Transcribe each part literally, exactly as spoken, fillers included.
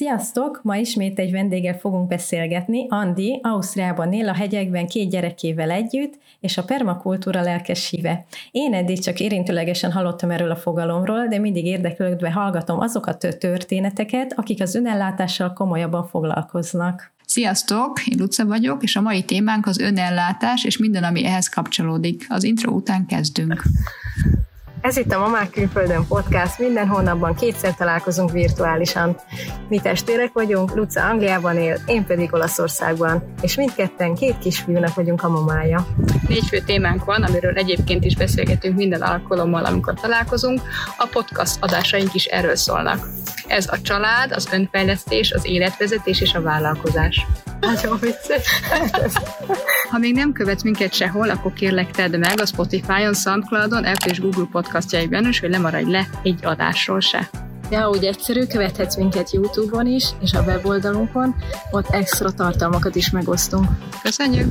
Sziasztok! Ma ismét egy vendéggel fogunk beszélgetni. Andi Ausztriában él a hegyekben két gyerekével együtt, és a permakultúra lelkes híve. Én eddig csak érintőlegesen hallottam erről a fogalomról, de mindig érdeklődve hallgatom azokat a történeteket, akik az önellátással komolyabban foglalkoznak. Sziasztok! Én Luca vagyok, és a mai témánk az önellátás és minden, ami ehhez kapcsolódik. Az intro után kezdünk. Ez itt a Mamák Külföldön podcast, minden hónapban kétszer találkozunk virtuálisan. Mi testvérek vagyunk, Luca Angliában él, én pedig Olaszországban, és mindketten két kisfiúnak vagyunk a mamája. Négy fő témánk van, amiről egyébként is beszélgetünk minden alkalommal, amikor találkozunk, a podcast adásaink is erről szólnak. Ez a család, az önfejlesztés, az életvezetés és a vállalkozás. Nagyon vicces. Ha még nem követsz minket sehol, akkor kérlek tedd meg a Spotify-on, SoundCloud-on, Apple és Google podcastjaikban is, hogy lemaradj le egy adásról se. Ja, úgy egyszerű, követhetsz minket YouTube-on is, és a weboldalunkon, ott extra tartalmakat is megosztunk. Köszönjük!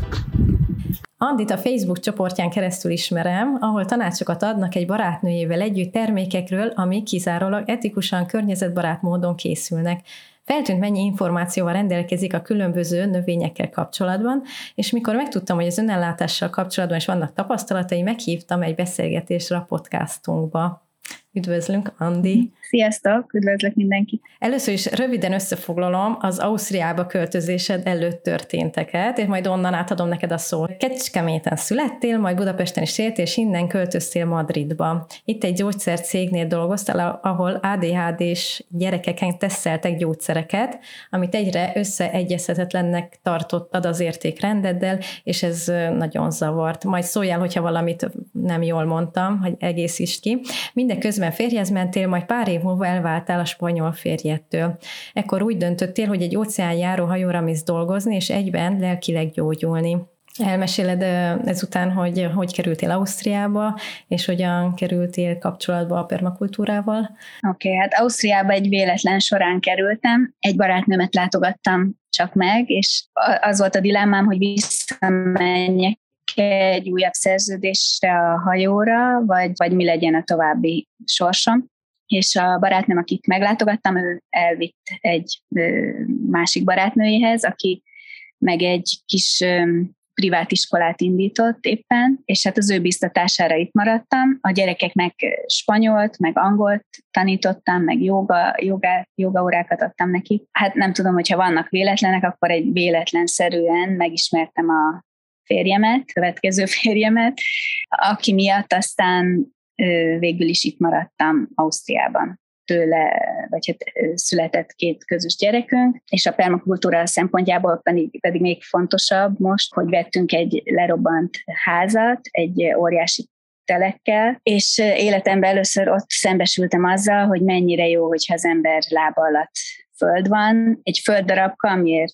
Andit a Facebook csoportján keresztül ismerem, ahol tanácsokat adnak egy barátnőjével együtt termékekről, amik kizárólag etikusan, környezetbarát módon készülnek. Feltűnt, mennyi információval rendelkezik a különböző növényekkel kapcsolatban, és mikor megtudtam, hogy az önellátással kapcsolatban is vannak tapasztalatai, meghívtam egy beszélgetésre a podcastunkba. Üdvözlünk, Andi! Sziasztok! Üdvözlök mindenkit! Először is röviden összefoglalom az Ausztriába költözésed előtt történteket, és majd onnan átadom neked a szót. Kecskeméten születtél, majd Budapesten is éltél, és innen költöztél Madridba. Itt egy gyógyszercégnél dolgoztál, ahol á dé há dés gyerekeken teszteltek gyógyszereket, amit egyre összeegyezhetetlennek tartottad az értékrendeddel, és ez nagyon zavart. Majd szóljál, hogyha valamit nem jól mondtam, hogy egészítsd ki. Mindeközben férjhez mentél, majd pár év múlva elváltál a spanyol férjedtől. Ekkor úgy döntöttél, hogy egy óceánjáró hajóra mész dolgozni, és egyben lelkileg gyógyulni. Elmeséled ezután, hogy hogy kerültél Ausztriába, és hogyan kerültél kapcsolatba a permakultúrával? Oké, okay, hát Ausztriába egy véletlen során kerültem. Egy barátnőmet látogattam csak meg, és az volt a dilemmám, hogy visszamenjek egy újabb szerződésre a hajóra, vagy, vagy mi legyen a további sorsom. És a barátnőm, akit meglátogattam, ő elvitt egy ö, másik barátnőjéhez, aki meg egy kis ö, privát iskolát indított éppen, és hát az ő biztatására itt maradtam. A gyerekeknek spanyolt, meg angolt tanítottam, meg joga, joga, jogaórákat adtam nekik. Hát nem tudom, hogyha vannak véletlenek, akkor egy véletlenszerűen megismertem a férjemet, következő férjemet, aki miatt aztán ö, végül is itt maradtam Ausztriában. Tőle, vagy hát született két közös gyerekünk, és a permakultúra szempontjából pedig, pedig még fontosabb most, hogy vettünk egy lerobbant házat, egy óriási telekkel, és életemben először ott szembesültem azzal, hogy mennyire jó, hogyha az ember lába alatt föld van, egy földdarabka, amiért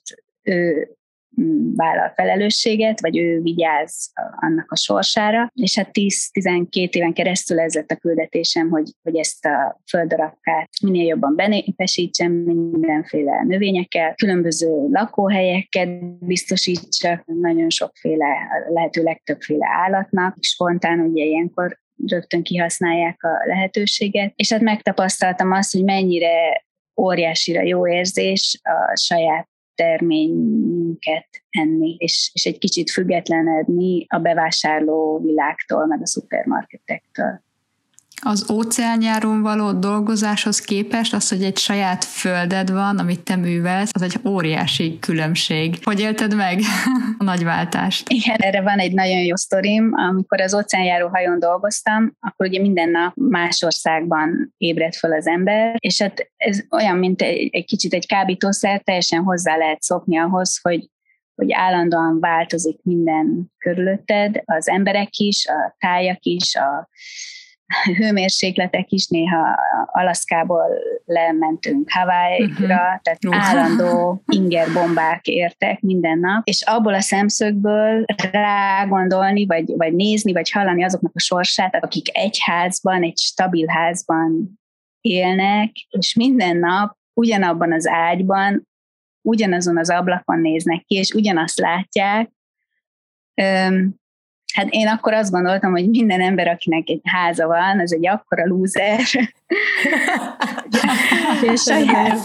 ő vállal felelősséget, vagy ő vigyáz annak a sorsára, és hát tíz-tizenkét éven keresztül ez lett a küldetésem, hogy, hogy ezt a földdarabkát minél jobban benépesítsem mindenféle növényekkel, különböző lakóhelyeket biztosítsak, nagyon sokféle, lehető legtöbbféle állatnak, spontán ugye ilyenkor rögtön kihasználják a lehetőséget, és hát megtapasztaltam azt, hogy mennyire óriásira jó érzés a saját terményünket enni, és, és egy kicsit függetlenedni a bevásárló világtól, meg a szupermarketektől. Az óceánjáron való dolgozáshoz képest az, hogy egy saját földed van, amit te művelsz, az egy óriási különbség. Hogy élted meg a nagy váltást? Igen, erre van egy nagyon jó sztorim. Amikor az óceánjáró hajón dolgoztam, akkor ugye minden nap más országban ébredt fel az ember, és hát ez olyan, mint egy, egy kicsit egy kábítószer, teljesen hozzá lehet szokni ahhoz, hogy hogy állandóan változik minden körülötted, az emberek is, a tájak is, a hőmérsékletek is, néha Alaszkából lementünk Hawaii-ra, uh-huh. tehát uh-huh. állandó ingerbombák értek minden nap, és abból a szemszögből rágondolni, vagy, vagy nézni, vagy hallani azoknak a sorsát, akik egy házban, egy stabil házban élnek, és minden nap ugyanabban az ágyban, ugyanazon az ablakon néznek ki, és ugyanazt látják, Öm, Hát én akkor azt gondoltam, hogy minden ember, akinek egy háza van, az egy akkora lúzer, és saját,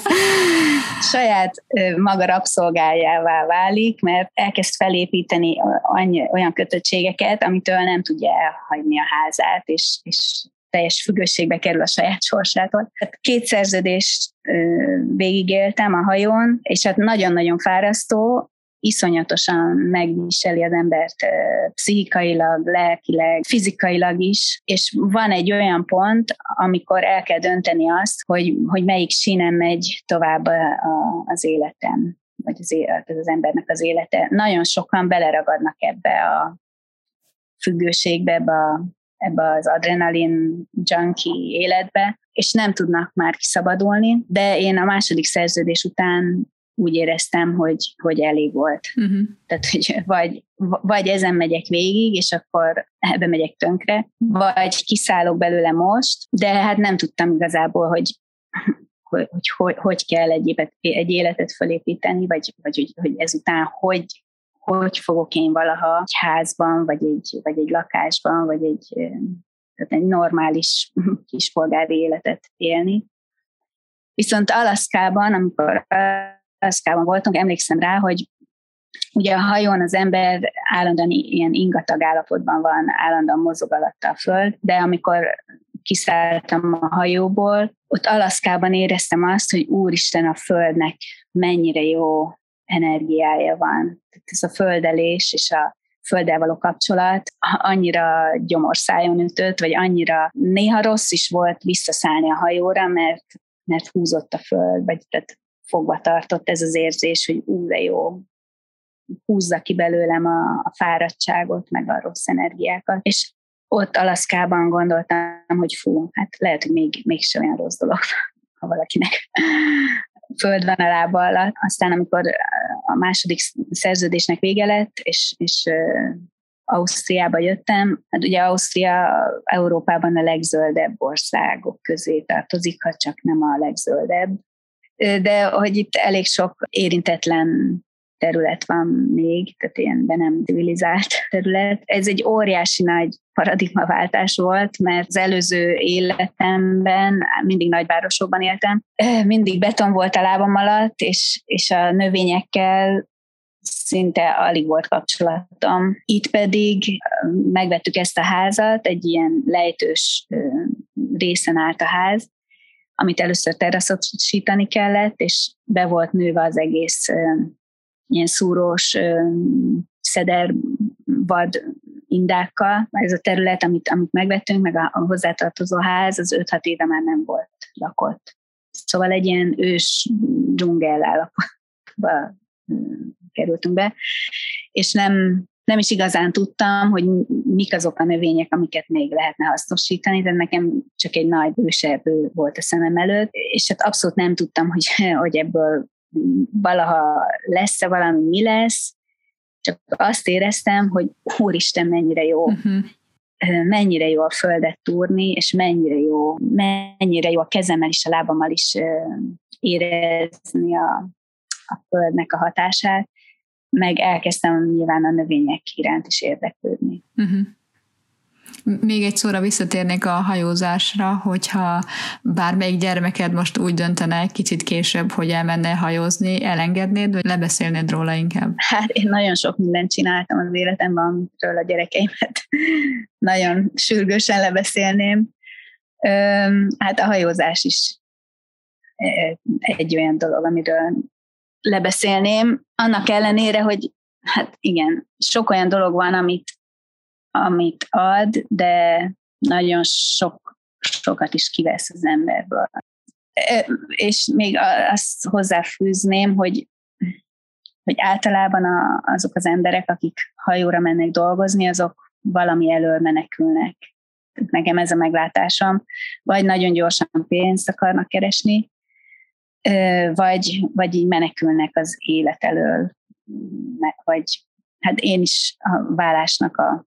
saját maga rabszolgájává válik, mert elkezd felépíteni annyi, olyan kötöttségeket, amitől nem tudja elhagyni a házát, és, és teljes függőségbe kerül a saját sorsától. Hát két szerződést végigéltem a hajón, és hát nagyon-nagyon fárasztó, iszonyatosan megviseli az embert pszichikailag, lelkileg, fizikailag is, és van egy olyan pont, amikor el kell dönteni azt, hogy, hogy melyik sínen megy tovább a, a, az életem, vagy az, élet, az embernek az élete. Nagyon sokan beleragadnak ebbe a függőségbe, ebbe, a, ebbe az adrenalin junkie életbe, és nem tudnak már kiszabadulni, de én a második szerződés után úgy éreztem, hogy, hogy elég volt. Uh-huh. Tehát, hogy vagy, vagy ezen megyek végig, és akkor ebbe megyek tönkre, vagy kiszállok belőle most, de hát nem tudtam igazából, hogy hogy, hogy, hogy, hogy kell egy, évet, egy életet felépíteni, vagy, vagy hogy, hogy ezután hogy, hogy fogok én valaha egy házban, vagy egy, vagy egy lakásban, vagy egy, tehát egy normális kispolgári életet élni. Viszont Alaszkában, amikor Alaszkában voltunk, emlékszem rá, hogy ugye a hajón az ember állandóan ilyen ingatag állapotban van, állandóan mozog alatta a föld, de amikor kiszálltam a hajóból, ott Alaszkában éreztem azt, hogy úristen, a földnek mennyire jó energiája van. Tehát ez a földelés és a földdel való kapcsolat annyira gyomorszájon ütött, vagy annyira néha rossz is volt visszaszállni a hajóra, mert, mert húzott a föld, vagy tehát fogva tartott ez az érzés, hogy ú, de jó, húzza ki belőlem a, a fáradtságot, meg a rossz energiákat. És ott Alaszkában gondoltam, hogy fú, hát lehet, hogy még, mégse olyan rossz dolog, ha valakinek föld van a lába alatt. Aztán, amikor a második szerződésnek vége lett, és, és uh, Ausztriába jöttem, hát ugye Ausztria Európában a legzöldebb országok közé tartozik, ha csak nem a legzöldebb. De hogy itt elég sok érintetlen terület van még, tehát ilyen be nem civilizált terület. Ez egy óriási nagy paradigmaváltás volt, mert az előző életemben mindig nagyvárosokban éltem, mindig beton volt a lábam alatt, és, és a növényekkel szinte alig volt kapcsolatom. Itt pedig megvettük ezt a házat, egy ilyen lejtős részen állt a ház, amit először teraszosítani kellett, és be volt nőve az egész ilyen szúrós szedervad indákkal. Ez a terület, amit, amit megvettünk, meg a, a hozzátartozó ház, az öt-hat éve már nem volt lakott. Szóval egy ilyen ős dzsungel állapotba kerültünk be, és nem, nem is igazán tudtam, hogy mik azok a növények, amiket még lehetne hasznosítani, de nekem csak egy nagy őserdő volt a szemem előtt, és hát abszolút nem tudtam, hogy, hogy ebből valaha lesz-e valami, mi lesz, csak azt éreztem, hogy úristen, mennyire jó, uh-huh. mennyire jó a földet túrni, és mennyire jó, mennyire jó a kezemmel is, a lábammal is érezni a, a földnek a hatását, meg elkezdtem nyilván a növények iránt is érdeklődni. Uh-huh. Még egy szóra visszatérnék a hajózásra, hogyha bármelyik gyermeked most úgy döntene kicsit később, hogy elmenne hajózni, elengednéd, vagy lebeszélnéd róla inkább? Hát én nagyon sok mindent csináltam az életemben, amitől a gyerekeimet nagyon sürgősen lebeszélném. Hát a hajózás is egy olyan dolog, amiről lebeszélném. Annak ellenére, hogy hát igen, sok olyan dolog van, amit amit ad, de nagyon sok, sokat is kivesz az emberből. És még azt hozzáfűzném, hogy, hogy általában a, azok az emberek, akik hajóra mennek dolgozni, azok valami elől menekülnek. Nekem ez a meglátásom. Vagy nagyon gyorsan pénzt akarnak keresni, vagy, vagy így menekülnek az élet elől. Vagy hát én is a vállásnak a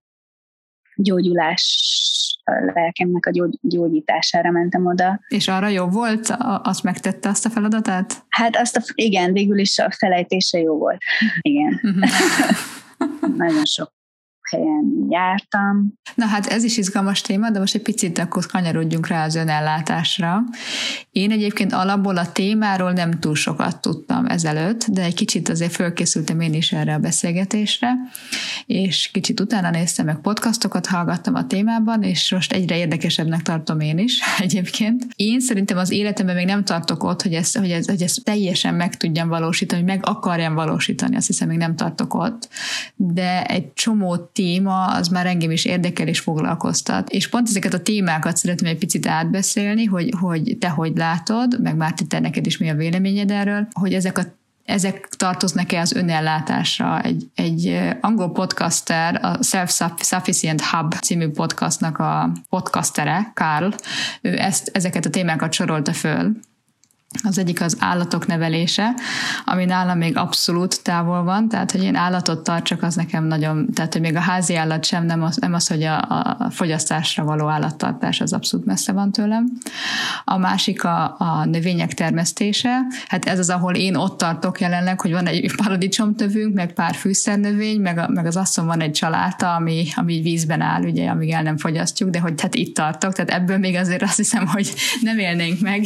gyógyulás, a lelkemnek a gyógy, gyógyítására mentem oda. És arra jó volt? Azt megtette azt a feladatát? Hát azt a, igen, végül is a felejtése jó volt. Igen. Uh-huh. Nagyon sok helyen jártam. Na hát ez is izgalmas téma, de most egy picit akkor kanyarodjunk rá az önellátásra. Én egyébként alapból a témáról nem túl sokat tudtam ezelőtt, de egy kicsit azért fölkészültem én is erre a beszélgetésre, és kicsit utána néztem, meg podcastokat hallgattam a témában, és most egyre érdekesebbnek tartom én is egyébként. Én szerintem az életemben még nem tartok ott, hogy ezt, hogy ezt, hogy ezt teljesen meg tudjam valósítani, hogy meg akarjam valósítani, azt hiszem még nem tartok ott, de egy csomó téma az már engem is érdekel és foglalkoztat. És pont ezeket a témákat szeretném egy picit átbeszélni, hogy, hogy te hogy látod, meg Márti, te neked is mi a véleményed erről, hogy ezek a ezek tartoznak-e az önellátásra. Egy, egy angol podcaster, a Self-Sufficient Hub című podcastnak a podcastere, Carl, ő ezt, ezeket a témákat sorolta föl. Az egyik az állatok nevelése, ami nálam még abszolút távol van, tehát hogy én állatot tartsak, az nekem nagyon, tehát hogy még a házi állat sem, nem az, nem az hogy a, a fogyasztásra való állattartás, az abszolút messze van tőlem. A másik a, a növények termesztése, hát ez az, ahol én ott tartok jelenleg, hogy van egy paradicsomtövünk, meg pár fűszernövény, meg, a, meg az asszony van egy csaláta, ami, ami vízben áll, ugye, amíg el nem fogyasztjuk, de hogy hát itt tartok, tehát ebből még azért azt hiszem, hogy nem élnénk meg.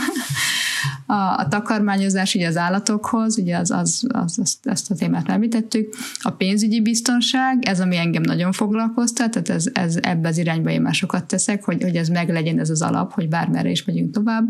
A, a takarmányozás ugye az állatokhoz, ugye az, az, az, az, ezt a témát említettük. A pénzügyi biztonság, ez ami engem nagyon foglalkoztat, tehát ez, ez ebbe az irányba én már sokat teszek, hogy, hogy ez meglegyen ez az alap, hogy bármerre is megyünk tovább.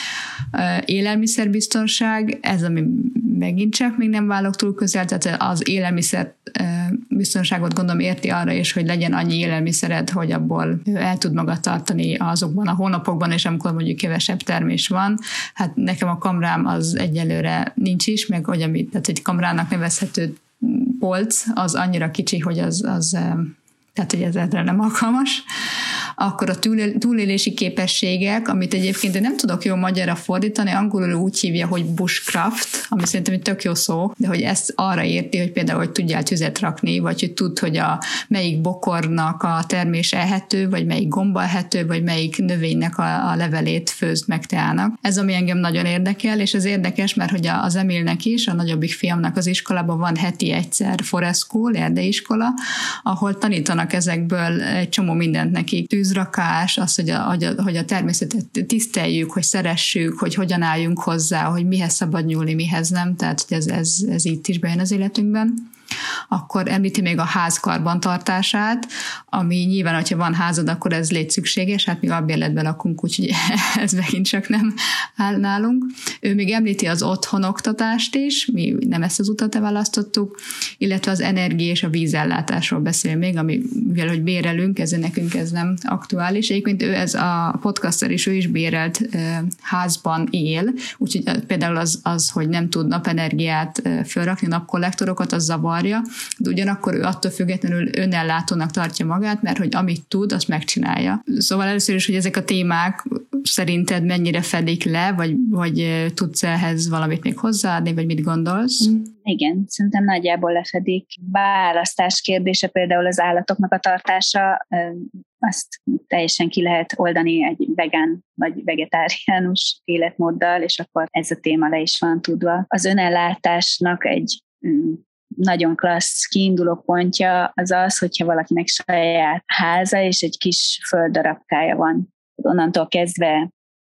Élelmiszerbiztonság, ez ami megint csak még nem válok túl közel, tehát az élelmiszer biztonságot gondolom érti arra is, hogy legyen annyi élelmiszered, hogy abból el tud magad tartani azokban a hónapokban, és amikor mondjuk kevesebb termés van. Hát nekem a kamrám az egyelőre nincs is, meg hogy amit, tehát egy kamrának nevezhető polc, az annyira kicsi, hogy az, az tehát hogy ez erre nem alkalmas. Akkor a túlélési képességek, amit egyébként én nem tudok jól magyarra fordítani, angolul úgy hívja, hogy bushcraft, ami szerintem egy tök jó szó, de hogy ezt arra érti, hogy például, hogy tudjál tüzet rakni, vagy hogy tudd, hogy a melyik bokornak a termés ehető, vagy melyik gomba ehető, vagy melyik növénynek a, a levelét főzd meg teának. Ez ami engem nagyon érdekel, és ez érdekes, mert hogy az Emilnek is, a nagyobbik fiamnak az iskolában van heti egyszer forest school, erdeiskola, ahol tanítanak ezekből egy csomó mindent nekik. Tűzrakás, az, hogy a, hogy a, hogy a természetet tiszteljük, hogy szeressük, hogy hogyan álljunk hozzá, hogy mihez szabad nyúlni, mihez nem, tehát hogy ez, ez, ez itt is bejön az életünkben. Akkor említi még a ház karbantartását, ami nyilván, hogyha van házad, akkor ez létszükséges, hát mi albérletben lakunk, úgyhogy ez megint csak nem áll nálunk. Ő még említi az otthonoktatást is, mi nem ezt az utat választottuk, illetve az energia és a vízellátásról beszél még, ami, mivel hogy bérelünk, ezért nekünk ez nem aktuális. Egyébként ő ez a podcaster is, ő is bérelt e, házban él, úgyhogy például az, az, hogy nem tud napenergiát e, fölrakni, napkollektorokat, az zavar, de ugyanakkor ő attól függetlenül önellátónak tartja magát, mert hogy amit tud, azt megcsinálja. Szóval először is, hogy ezek a témák szerinted mennyire fedik le, vagy, vagy tudsz ehhez valamit még hozzáadni, vagy mit gondolsz? Igen, szerintem nagyjából lefedik. Választás kérdése például az állatoknak a tartása, azt teljesen ki lehet oldani egy vegán vagy vegetáriánus életmóddal, és akkor ez a téma le is van tudva. Az önellátásnak egy nagyon klassz kiinduló pontja az az, hogyha valakinek saját háza és egy kis földdarabkája van. Onnantól kezdve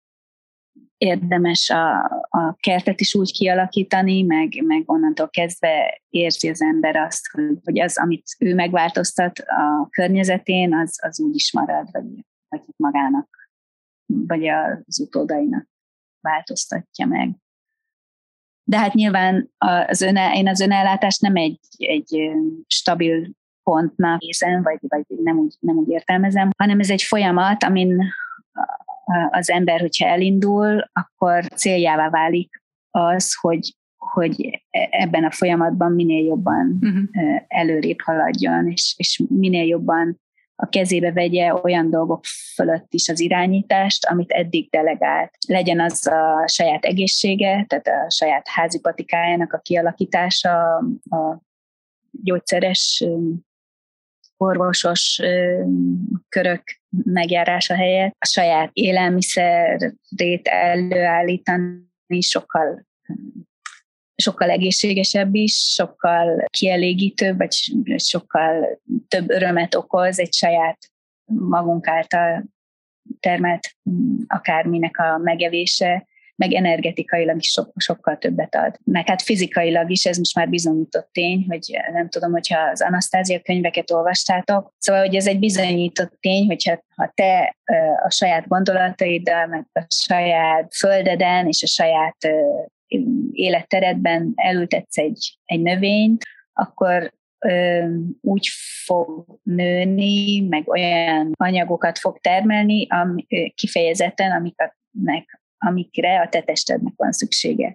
érdemes a, a kertet is úgy kialakítani, meg, meg onnantól kezdve érzi az ember azt, hogy az, amit ő megváltoztat a környezetén, az, az úgy is marad, vagy, vagy magának, vagy az utódainak változtatja meg. De hát nyilván az ön, én az önellátást nem egy, egy stabil pontnak hiszem, vagy, vagy nem, úgy, nem úgy értelmezem, hanem ez egy folyamat, amin az ember, hogyha elindul, akkor céljává válik az, hogy, hogy ebben a folyamatban minél jobban uh-huh. előrébb haladjon, és, és minél jobban a kezébe vegye olyan dolgok fölött is az irányítást, amit eddig delegált. Legyen az a saját egészsége, tehát a saját házi patikájának a kialakítása, a gyógyszeres, orvosos körök megjárása helyett, a saját élelmiszerét előállítani sokkal sokkal egészségesebb is, sokkal kielégítőbb, vagy sokkal több örömet okoz egy saját magunk által termelt akárminek a megevése, meg energetikailag is so, sokkal többet ad. Meg hát fizikailag is, ez most már bizonyított tény, hogy nem tudom, hogyha az Anasztázia könyveket olvastátok, szóval, hogy ez egy bizonyított tény, hogyha ha te a saját gondolataiddal, meg a saját földeden és a saját életteredben elültetsz egy, egy növényt, akkor ö, úgy fog nőni, meg olyan anyagokat fog termelni, ami, kifejezetten, amiknek, amikre a te testednek van szüksége.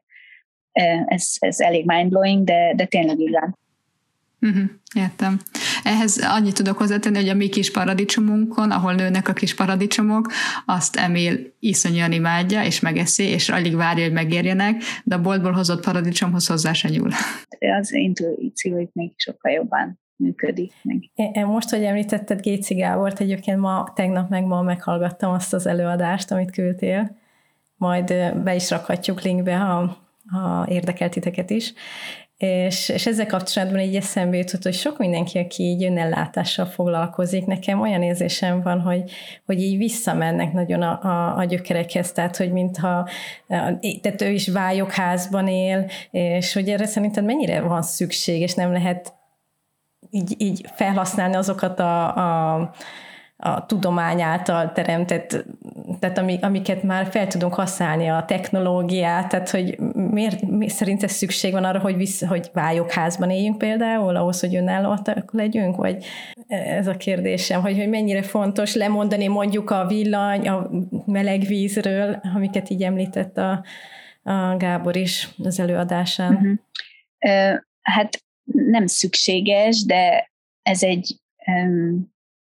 Ez, ez elég mindblowing, de, de tényleg így van. Uh-huh, értem. Ehhez annyit tudok hozzátenni, hogy a mi kis paradicsumunkon, ahol nőnek a kis paradicsomok, azt Emil iszonyúan imádja, és megeszi, és alig várja, hogy megérjenek, de a boltból hozott paradicsomhoz hozzá se nyúl. Az intuíció itt még sokkal jobban működik. Én most, hogy említetted Géci Gábort, egyébként ma, tegnap meg ma meghallgattam azt az előadást, amit küldtél, majd be is rakhatjuk linkbe, ha, ha érdekel titeket is. És, és ezzel kapcsolatban így eszembe jutott, hogy sok mindenki, aki így önellátással foglalkozik, nekem olyan érzésem van, hogy, hogy így visszamennek nagyon a, a, a gyökerekhez, tehát hogy mintha, tehát ő is vályokházban él, és hogy erre szerinted mennyire van szükség, és nem lehet így, így felhasználni azokat a, a a tudomány által teremtett, tehát ami, amiket már fel tudunk használni, a technológiát, tehát hogy miért, mi, szerinted szükség van arra, hogy, vissza, hogy vályokházban éljünk például, ahhoz, hogy önállóak legyünk, vagy ez a kérdésem, hogy, hogy mennyire fontos lemondani mondjuk a villany, a meleg vízről, amiket így említett a, a Gábor is az előadásán. Uh-huh. Uh, hát nem szükséges, de ez egy um,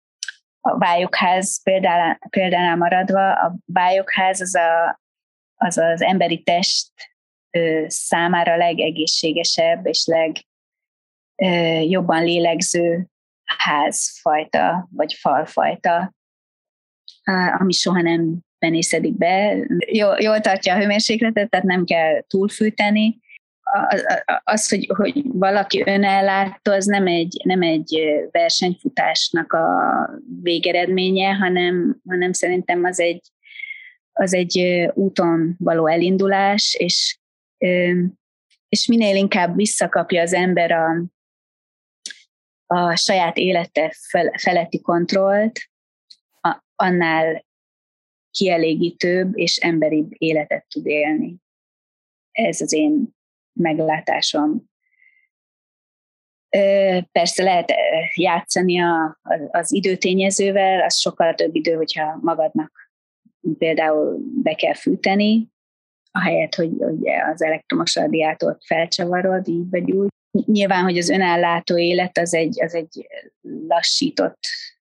a vályokház példánál, példánál maradva, a vályokház az, a, az az emberi test ö, számára legegészségesebb és legjobban lélegző házfajta, vagy falfajta, ami soha nem penészedik be. Jól, jól tartja a hőmérsékletet, tehát nem kell túlfűteni. Az, hogy, hogy valaki önellátó, az nem egy, nem egy versenyfutásnak a végeredménye, hanem, hanem szerintem az egy, az egy úton való elindulás, és, és minél inkább visszakapja az ember a, a saját élete feletti kontrollt, annál kielégítőbb és emberibb életet tud élni. Ez az én meglátásom. Persze lehet játszani a, az időtényezővel, az sokkal több idő, hogyha magadnak például be kell fűteni, ahelyett, hogy, hogy az elektromos radiátort felcsavarod, így vagy úgy. Nyilván, hogy az önállátó élet az egy, az egy lassított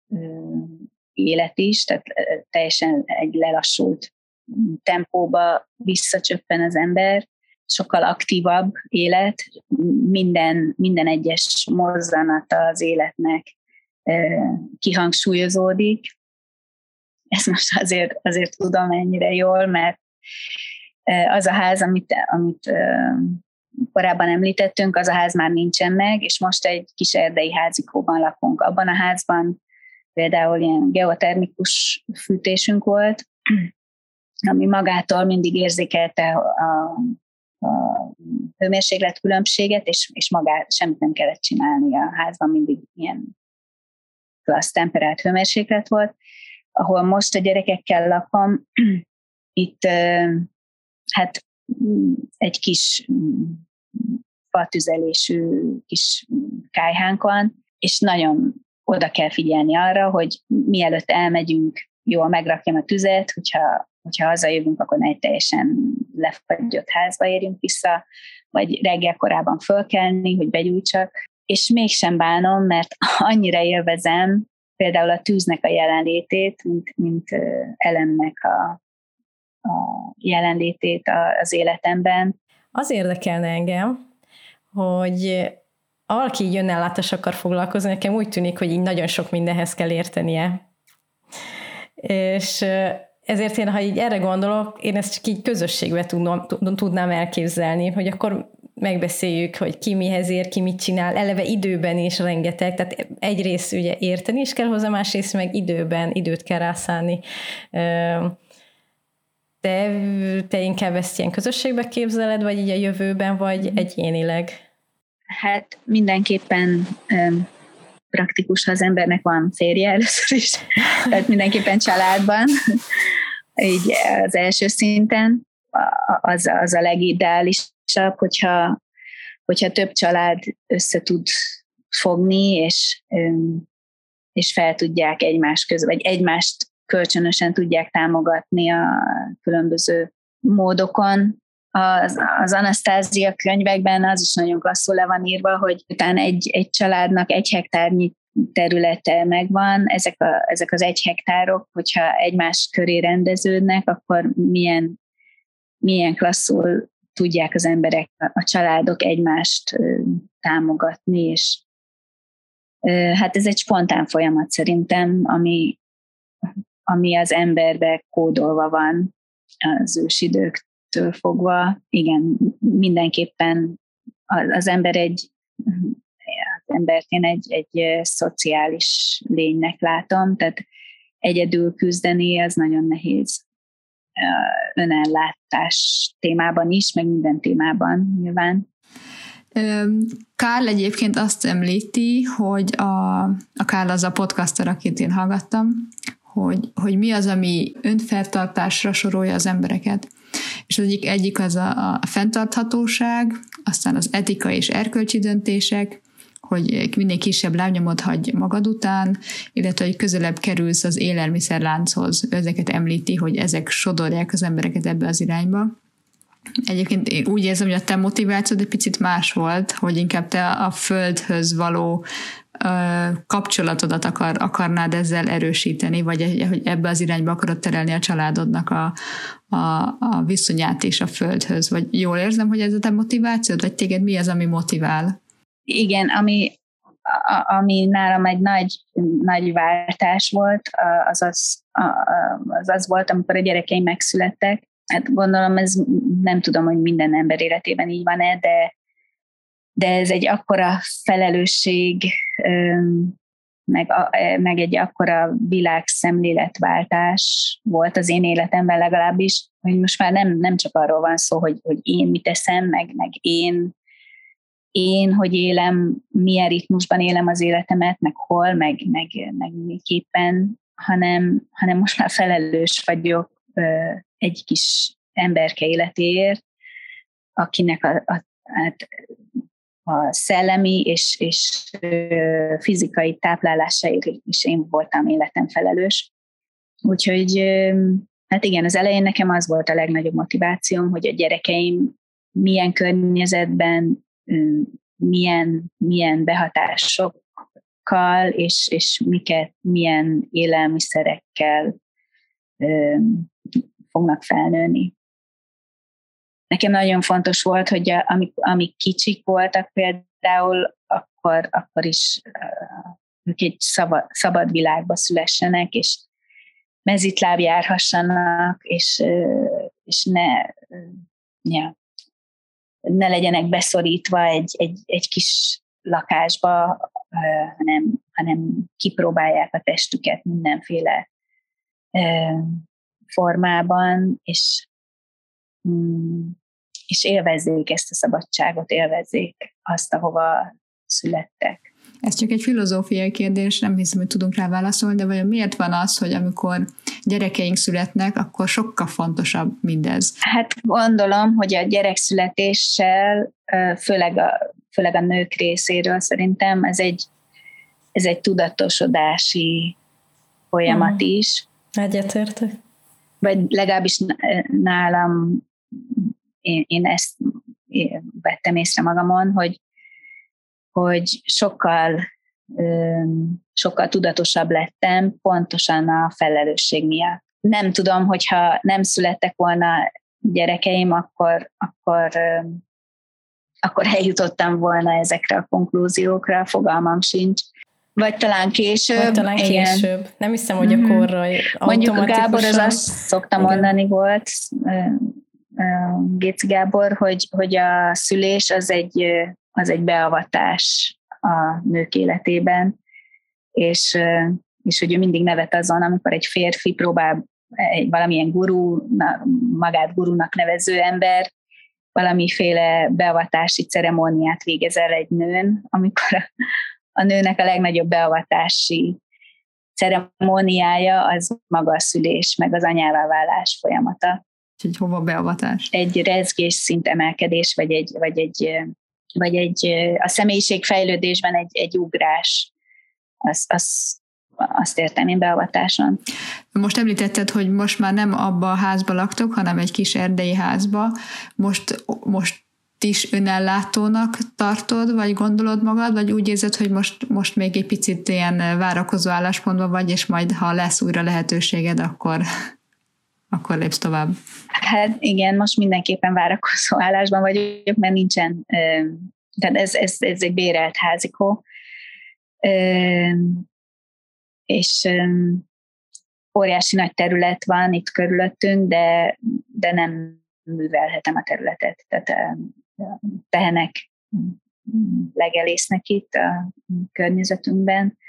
élet is, tehát teljesen egy lelassult tempóba visszacsöppen az ember, sokkal aktívabb élet, minden, minden egyes mozzanata az életnek kihangsúlyozódik. Ezt most azért, azért tudom ennyire jól, mert az a ház, amit, amit korábban említettünk, az a ház már nincsen meg, és most egy kis erdei házikóban lakunk. Abban a házban például ilyen geotermikus fűtésünk volt, ami magától mindig érzékelte a a hőmérséklet különbséget, és, és magát semmit nem kellett csinálni a házban, mindig ilyen klassz temperált hőmérséklet volt. Ahol most a gyerekekkel lakom, itt hát egy kis fatüzelésű kis kályhánk van, és nagyon oda kell figyelni arra, hogy mielőtt elmegyünk, jól megrakjam a tüzet, hogyha hogyha hazajövünk, akkor ne egy teljesen lefagyott házba érjünk vissza, vagy reggel korában fölkelni, hogy begyújtsak, és mégsem bánom, mert annyira élvezem például a tűznek a jelenlétét, mint, mint elemnek a, a jelenlétét az életemben. Az érdekelne engem, hogy valaki így önellátás akar foglalkozni, nekem úgy tűnik, hogy így nagyon sok mindenhez kell értenie. És ezért én, ha így erre gondolok, én ezt csak így közösségbe tudnom, tudnám elképzelni, hogy akkor megbeszéljük, hogy ki mihez ér, ki mit csinál, eleve időben is rengeteg, tehát egyrészt ugye érteni is kell hozzá, másrészt meg időben, időt kell rászállni. Te, te inkább ezt ilyen közösségbe képzeled, vagy így a jövőben, vagy egyénileg? Hát mindenképpen um, praktikus, ha az embernek van férje először is, tehát mindenképpen családban, így az első szinten, az, az a legideálisabb, hogyha, hogyha több család össze tud fogni, és, és fel tudják egymás között, vagy egymást kölcsönösen tudják támogatni a különböző módokon. Az, az Anasztázia könyvekben az is nagyon klasszul le van írva, hogy utána egy, egy családnak egy hektárnyi területe megvan, ezek, a, ezek az egy hektárok, hogyha egymás köré rendeződnek, akkor milyen, milyen klasszul tudják az emberek, a családok egymást támogatni, és hát ez egy spontán folyamat szerintem, ami, ami az emberbe kódolva van az ősidőktől fogva. Igen, mindenképpen az ember egy az embert én egy, egy szociális lénynek látom, tehát egyedül küzdeni az nagyon nehéz önellátás témában is, meg minden témában nyilván. Karl egyébként azt említi, hogy a, a Karl az a podcaster, akit én hallgattam, hogy, hogy mi az, ami önfeltartásra sorolja az embereket. És az egyik, egyik az a, a fenntarthatóság, aztán az etika és erkölcsi döntések, hogy minél kisebb lábnyomot hagy magad után, illetve hogy közelebb kerülsz az élelmiszerlánchoz. Ezeket említi, hogy ezek sodorják az embereket ebbe az irányba. Egyébként én úgy érzem, hogy a te motivációd egy picit más volt, hogy inkább te a földhöz való ö, kapcsolatodat akar, akarnád ezzel erősíteni, vagy hogy ebbe az irányba akarod terelni a családodnak a, a, a viszonyát is a földhöz. Vagy jól érzem, hogy ez a te motivációd, vagy téged mi az, ami motivál? Igen, ami, a, ami nálam egy nagy, nagy váltás volt, az az, az az volt, amikor a gyerekeim megszülettek. Hát gondolom, ez nem tudom, hogy minden ember életében így van-e, de, de ez egy akkora felelősség, meg, meg egy akkora világszemléletváltás volt az én életemben legalábbis, hogy most már nem, nem csak arról van szó, hogy, hogy én mit teszem, meg, meg én, én, hogy élem, milyen ritmusban élem az életemet, meg hol, meg, meg, meg miképpen, hanem, hanem most már felelős vagyok egy kis emberke életéért, akinek a, a, a szellemi és, és fizikai táplálásáért is én voltam életem felelős. Úgyhogy hát igen, az elején nekem az volt a legnagyobb motivációm, hogy a gyerekeim milyen környezetben, milyen, milyen behatásokkal és, és miket, milyen élelmiszerekkel fognak felnőni. Nekem nagyon fontos volt, hogy amik, amik kicsik voltak például, akkor, akkor is ők egy szabad, szabad világba szülessenek, és mezitláb járhassanak, és, és ne, ja, ne legyenek beszorítva egy, egy, egy kis lakásba, hanem, hanem kipróbálják a testüket mindenféle formában, és, és élvezzék ezt a szabadságot, élvezzék azt, ahova születtek. Ez csak egy filozófiai kérdés, nem hiszem, hogy tudunk rá válaszolni, de vajon miért van az, hogy amikor gyerekeink születnek, akkor sokkal fontosabb mindez? Hát gondolom, hogy a gyerekszületéssel, főleg a, főleg a nők részéről szerintem ez egy, ez egy tudatosodási folyamat hmm. is. Egyetértek. Vagy legalábbis nálam én, én ezt vettem észre magamon, hogy, hogy sokkal, sokkal tudatosabb lettem pontosan a felelősség miatt. Nem tudom, hogyha nem születtek volna gyerekeim, akkor, akkor, akkor eljutottam volna ezekre a konklúziókra, fogalmam sincs. Vagy talán később. Vagy talán később. Igen. Nem hiszem, hogy a korra automatikusan. Mondjuk a Gábor az azt szokta mondani volt, Géci Gábor, hogy, hogy a szülés az egy, az egy beavatás a nők életében, és, és hogy ő mindig nevet azon, amikor egy férfi próbál egy valamilyen gurú, magát gurúnak nevező ember valamiféle beavatási ceremóniát végez el egy nőn, amikor a, a nőnek a legnagyobb beavatási ceremóniája az maga a szülés, meg az anyává válás folyamata. Úgyhogy hova beavatás? Egy rezgés szint emelkedés, vagy egy, vagy egy, vagy egy a személyiség fejlődésben egy, egy ugrás. Az, az, azt értem én beavatáson. Most említetted, hogy most már nem abba a házba laktok, hanem egy kis erdei házba. Most, most is önellátónak tartod, vagy gondolod magad, vagy úgy érzed, hogy most, most még egy picit ilyen várakozó álláspontban vagy, és majd, ha lesz újra lehetőséged, akkor, akkor lépsz tovább? Hát igen, most mindenképpen várakozó állásban vagyok, mert nincsen, tehát ez, ez, ez egy bérelt házikó, és óriási nagy terület van itt körülöttünk, de, de nem művelhetem a területet. Tehát tehenek legelésznek itt a környezetünkben,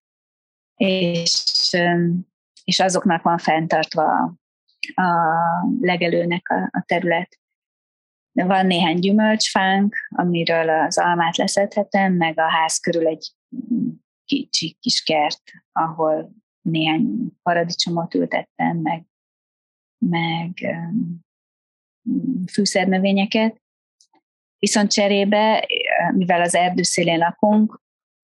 és, és azoknak van fenntartva a legelőnek a, a terület. Van néhány gyümölcsfánk, amiről az almát leszedhetem, meg a ház körül egy kicsi kis kert, ahol néhány paradicsomot ültettem, meg, meg fűszernövényeket. Viszont cserébe, mivel az erdő szélén lakunk,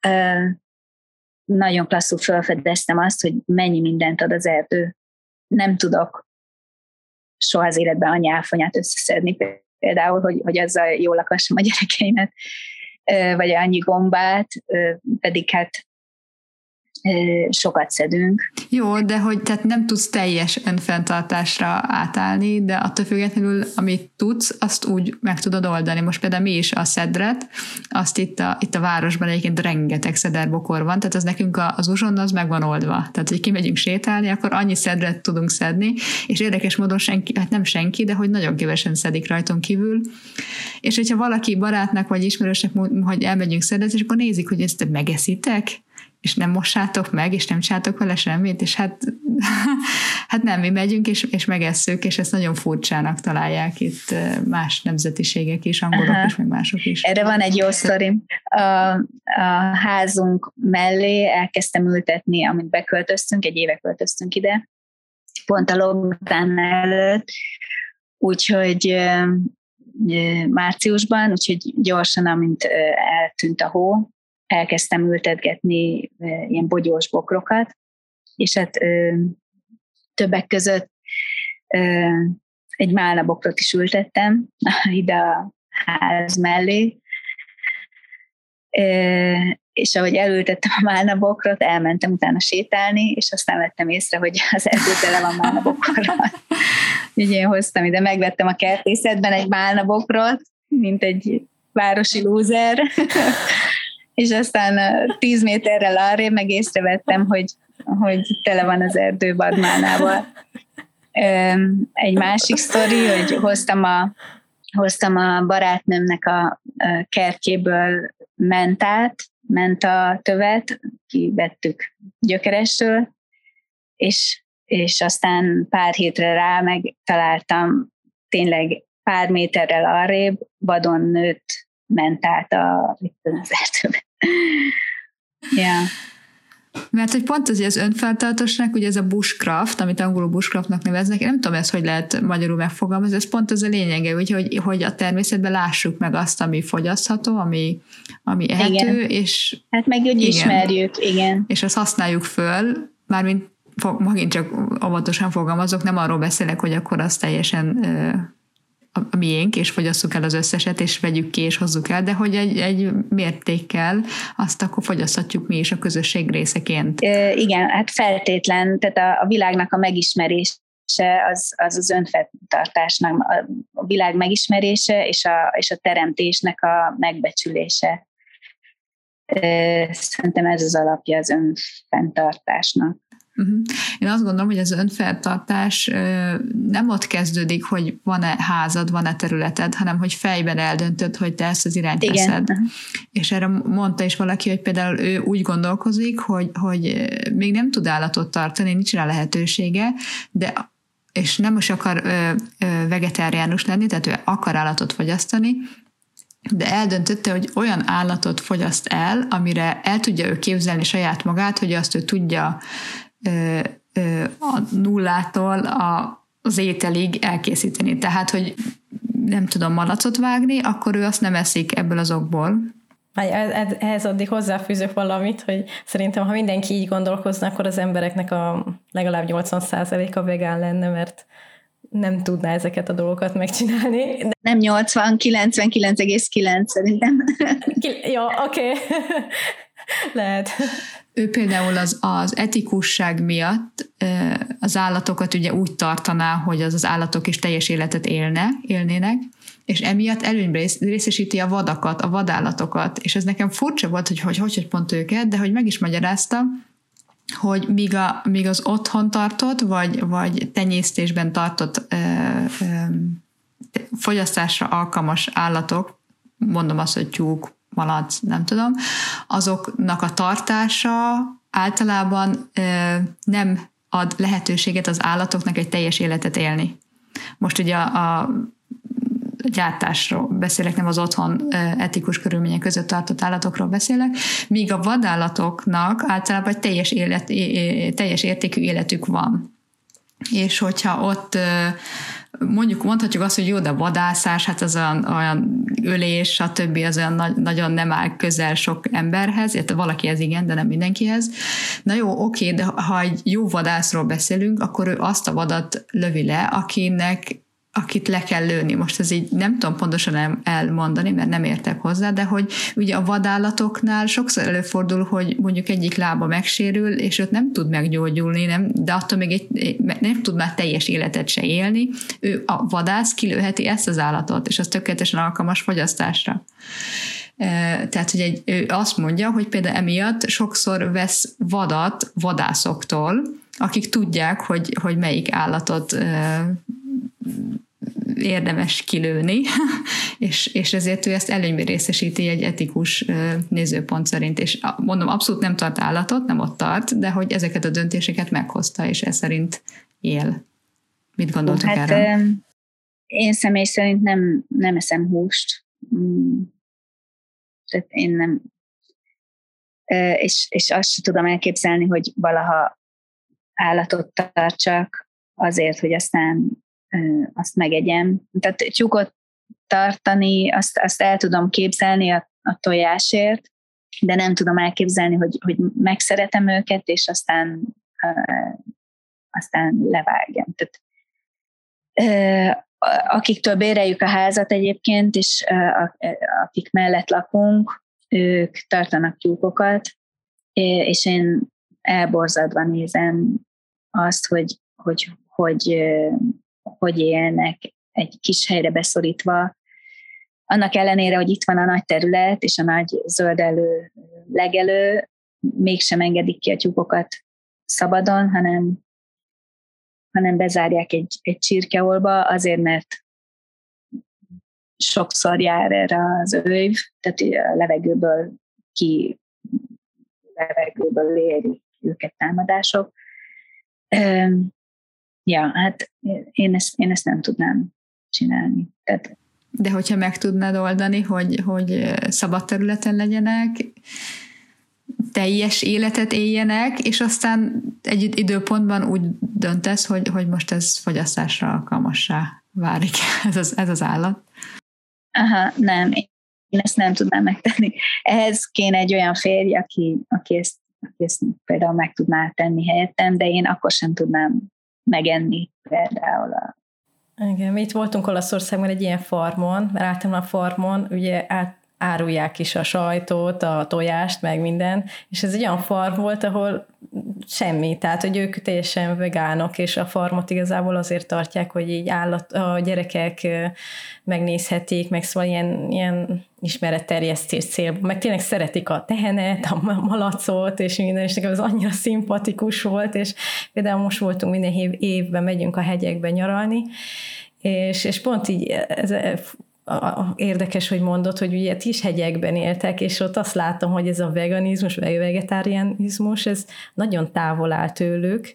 nagyon klasszul felfedeztem azt, hogy mennyi mindent ad az erdő. Nem tudok soha az életben annyi áfonyát összeszedni, például, hogy, hogy azzal jól lakassam a gyerekeimet, vagy annyi gombát, pedig hát sokat szedünk. Jó, de hogy tehát nem tudsz teljes önfenntartásra átállni, de attól függetlenül, amit tudsz, azt úgy meg tudod oldani. Most például mi is a szedret, azt itt a, itt a városban egyébként rengeteg szederbokor van, tehát az nekünk az uzsonna az meg van oldva. Tehát, hogy kimegyünk sétálni, akkor annyi szedret tudunk szedni, és érdekes módon senki, hát nem senki, de hogy nagyon kevesen szedik rajtunk kívül. És hogyha valaki barátnak vagy ismerősnek, hogy elmegyünk szedrezni, és akkor nézik, hogy ezt megeszitek, és nem mossátok meg, és nem csátok vele semmit, és hát, hát nem, mi megyünk, és, és megesszük, és ezt nagyon furcsának találják itt más nemzetiségek is, angolok Aha. is, meg mások is. Erre van egy jó sztorim. A, a házunk mellé elkezdtem ültetni, amit beköltöztünk, egy éve költöztünk ide, pont a lockdown előtt, úgyhogy márciusban, úgyhogy gyorsan, amint eltűnt a hó, elkezdtem ültetgetni ilyen bogyós bokrokat, és hát ö, többek között ö, egy málnabokrot is ültettem ide a ház mellé, ö, és ahogy elültettem a málnabokrot, elmentem utána sétálni, és aztán vettem észre, hogy az erdő tele van málnabokrral. Úgyhogy én hoztam ide, megvettem a kertészetben egy málnabokrot, mint egy városi lúzer, és aztán tíz méterrel arrébb meg észrevettem, hogy, hogy tele van az erdő vadmálnával. Egy másik sztori, hogy hoztam a, hoztam a barátnőmnek a kertjéből mentát, mentatövet, kivettük gyökerestől, és, és aztán pár hétre rá megtaláltam tényleg pár méterrel arrébb vadon nőtt mentát a, az erdőben. Ja. Mert hogy pont az, az önfeltartásnak, ugye ez a bushcraft, amit angolul bushcraftnak neveznek, én nem tudom ezt, hogy lehet magyarul megfogalmazni, ez pont az a lényege, hogy, hogy a természetben lássuk meg azt, ami fogyasztható, ami, ami ehető, igen. És hát meg úgy igen, ismerjük, igen. És azt használjuk föl, mármint megint csak óvatosan fogalmazok, nem arról beszélek, hogy akkor az teljesen a miénk, és fogyasszuk el az összeset, és vegyük ki, és hozzuk el, de hogy egy, egy mértékkel azt akkor fogyaszthatjuk mi is a közösség részeként. E, igen, hát feltétlen, tehát a, a világnak a megismerése az az, az önfenntartásnak, a világ megismerése, és a, és a teremtésnek a megbecsülése. E, szerintem ez az alapja az önfenntartásnak. Uh-huh. Én azt gondolom, hogy az önfenntartás nem ott kezdődik, hogy van-e házad, van-e területed, hanem hogy fejben eldöntöd, hogy te ezt az irányt Igen. veszed. És erre mondta is valaki, hogy például ő úgy gondolkozik, hogy, hogy még nem tud állatot tartani, nincs rá lehetősége, de és nem is akar ö, ö, vegetáriánus lenni, tehát ő akar állatot fogyasztani, de eldöntötte, hogy olyan állatot fogyaszt el, amire el tudja ő képzelni saját magát, hogy azt ő tudja ö, ö, a nullától a, az ételig elkészíteni. Tehát, hogy nem tudom malacot vágni, akkor ő azt nem eszik ebből az okból. Ehhez addig hozzáfűzök valamit, hogy szerintem, ha mindenki így gondolkozna, akkor az embereknek a legalább nyolcvan százaléka vegán lenne, mert nem tudná ezeket a dolgokat megcsinálni. De... Nem nyolcvan, kilencvenkilenc egész kilenc szerintem. Jó, oké. Okay. Lehet. Ő például az, az etikusság miatt az állatokat ugye úgy tartaná, hogy az az állatok is teljes életet élne, élnének, és emiatt előnyben részesíti a vadakat, a vadállatokat, és ez nekem furcsa volt, hogy hogy, hogy, hogy pont őket, de hogy meg is magyarázta, hogy míg, a, míg az otthon tartott, vagy, vagy tenyésztésben tartott ö, ö, fogyasztásra alkalmas állatok, mondom azt, hogy tyúk, malac, nem tudom, azoknak a tartása általában ö, nem ad lehetőséget az állatoknak egy teljes életet élni. Most ugye a, a gyártásról beszélek, nem az otthon etikus körülmények között tartott állatokról beszélek, míg a vadállatoknak általában egy teljes, élet, teljes értékű életük van. És hogyha ott mondjuk mondhatjuk azt, hogy jó, de vadászás, hát az olyan, olyan ölés, stb. Az olyan nagy, nagyon nem áll közel sok emberhez, illetve valakihez igen, de nem mindenkihez. Na jó, oké, de ha egy jó vadászról beszélünk, akkor ő azt a vadat lövi le, akinek akit le kell lőni. Most ez így nem tudom pontosan elmondani, mert nem értek hozzá, de hogy ugye a vadállatoknál sokszor előfordul, hogy mondjuk egyik lába megsérül, és őt nem tud meggyógyulni, nem, de attól még egy, nem tud már teljes életet se élni. Ő a vadász kilőheti ezt az állatot, és az tökéletesen alkalmas fogyasztásra. Tehát, hogy egy, ő azt mondja, hogy például emiatt sokszor vesz vadat vadászoktól, akik tudják, hogy, hogy melyik állatot érdemes kilőni, és, és ezért ő ezt előnyben részesíti egy etikus nézőpont szerint, és mondom, abszolút nem tart állatot, nem ott tart, de hogy ezeket a döntéseket meghozta, és ez szerint él. Mit gondoltok hát, erről? Én személy szerint nem, nem eszem húst. Tehát én nem és, és azt sem tudom elképzelni, hogy valaha állatot tartsak azért, hogy aztán azt megegyem. Tehát tyúkot tartani, azt, azt el tudom képzelni a, a tojásért, de nem tudom elképzelni, hogy, hogy megszeretem őket, és aztán, uh, aztán levágjam. Tehát, uh, akiktől béreljük a házat egyébként, és uh, akik mellett lakunk, ők tartanak tyúkokat, és én elborzadva nézem azt, hogy hogy, hogy uh, hogy élnek egy kis helyre beszorítva. Annak ellenére, hogy itt van a nagy terület és a nagy zöldelő legelő, mégsem engedik ki a tyúkokat szabadon, hanem, hanem bezárják egy, egy csirkeolba, azért, mert sokszor jár erre az őv, tehát a levegőből ki levegőből érik őket támadások. Ja, hát én ezt, én ezt nem tudnám csinálni. Tehát... De hogyha meg tudnád oldani, hogy, hogy szabad területen legyenek, teljes életet éljenek, és aztán egy időpontban úgy döntesz, hogy, hogy most ez fogyasztásra alkalmassá válik ez az, ez az állat. Aha, nem, én ezt nem tudnám megtenni. Ehhez kéne egy olyan férj, aki, aki, ezt, aki ezt például meg tudná tenni helyettem, de én akkor sem tudnám megenni például a... Igen, mi itt voltunk Olaszországban egy ilyen farmon, mert általában a farmon ugye át, árulják is a sajtot, a tojást, meg minden, és ez egy olyan farm volt, ahol semmi, tehát, hogy ők teljesen vegánok, és a farmot igazából azért tartják, hogy így állat, a gyerekek megnézhetik, meg szóval ilyen, ilyen ismeretterjesztés célból, meg tényleg szeretik a tehenet, a malacot, és minden, és nekem az annyira szimpatikus volt, és például most voltunk minden év, évben, megyünk a hegyekbe nyaralni, és, és pont így ez, érdekes, hogy mondod, hogy ugye ti is hegyekben éltek, és ott azt látom, hogy ez a veganizmus, vagy a vegetárianizmus, ez nagyon távol áll tőlük,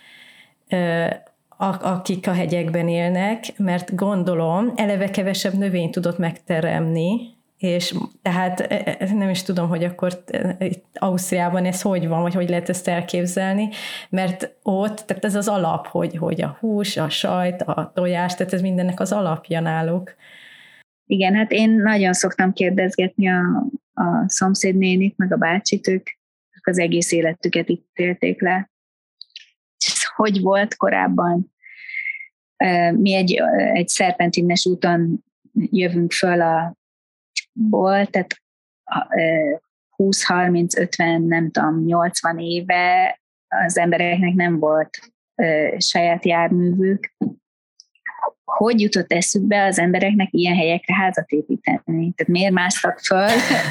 akik a hegyekben élnek, mert gondolom, eleve kevesebb növényt tudott megteremni, és tehát nem is tudom, hogy akkor itt Ausztriában ez hogy van, vagy hogy lehet ezt elképzelni, mert ott, tehát ez az alap, hogy, hogy a hús, a sajt, a tojás, tehát ez mindennek az alapja náluk. Igen, hát én nagyon szoktam kérdezgetni a, a szomszédnénit, meg a bácsit, ők az egész életüket itt élték le. Hogy volt korábban? Mi egy, egy szerpentines úton jövünk föl a ból, tehát húsz, harminc, ötven, nem tudom, nyolcvan éve az embereknek nem volt saját járművük. Hogy jutott eszükbe az embereknek ilyen helyekre házat építeni? Tehát miért másztak föl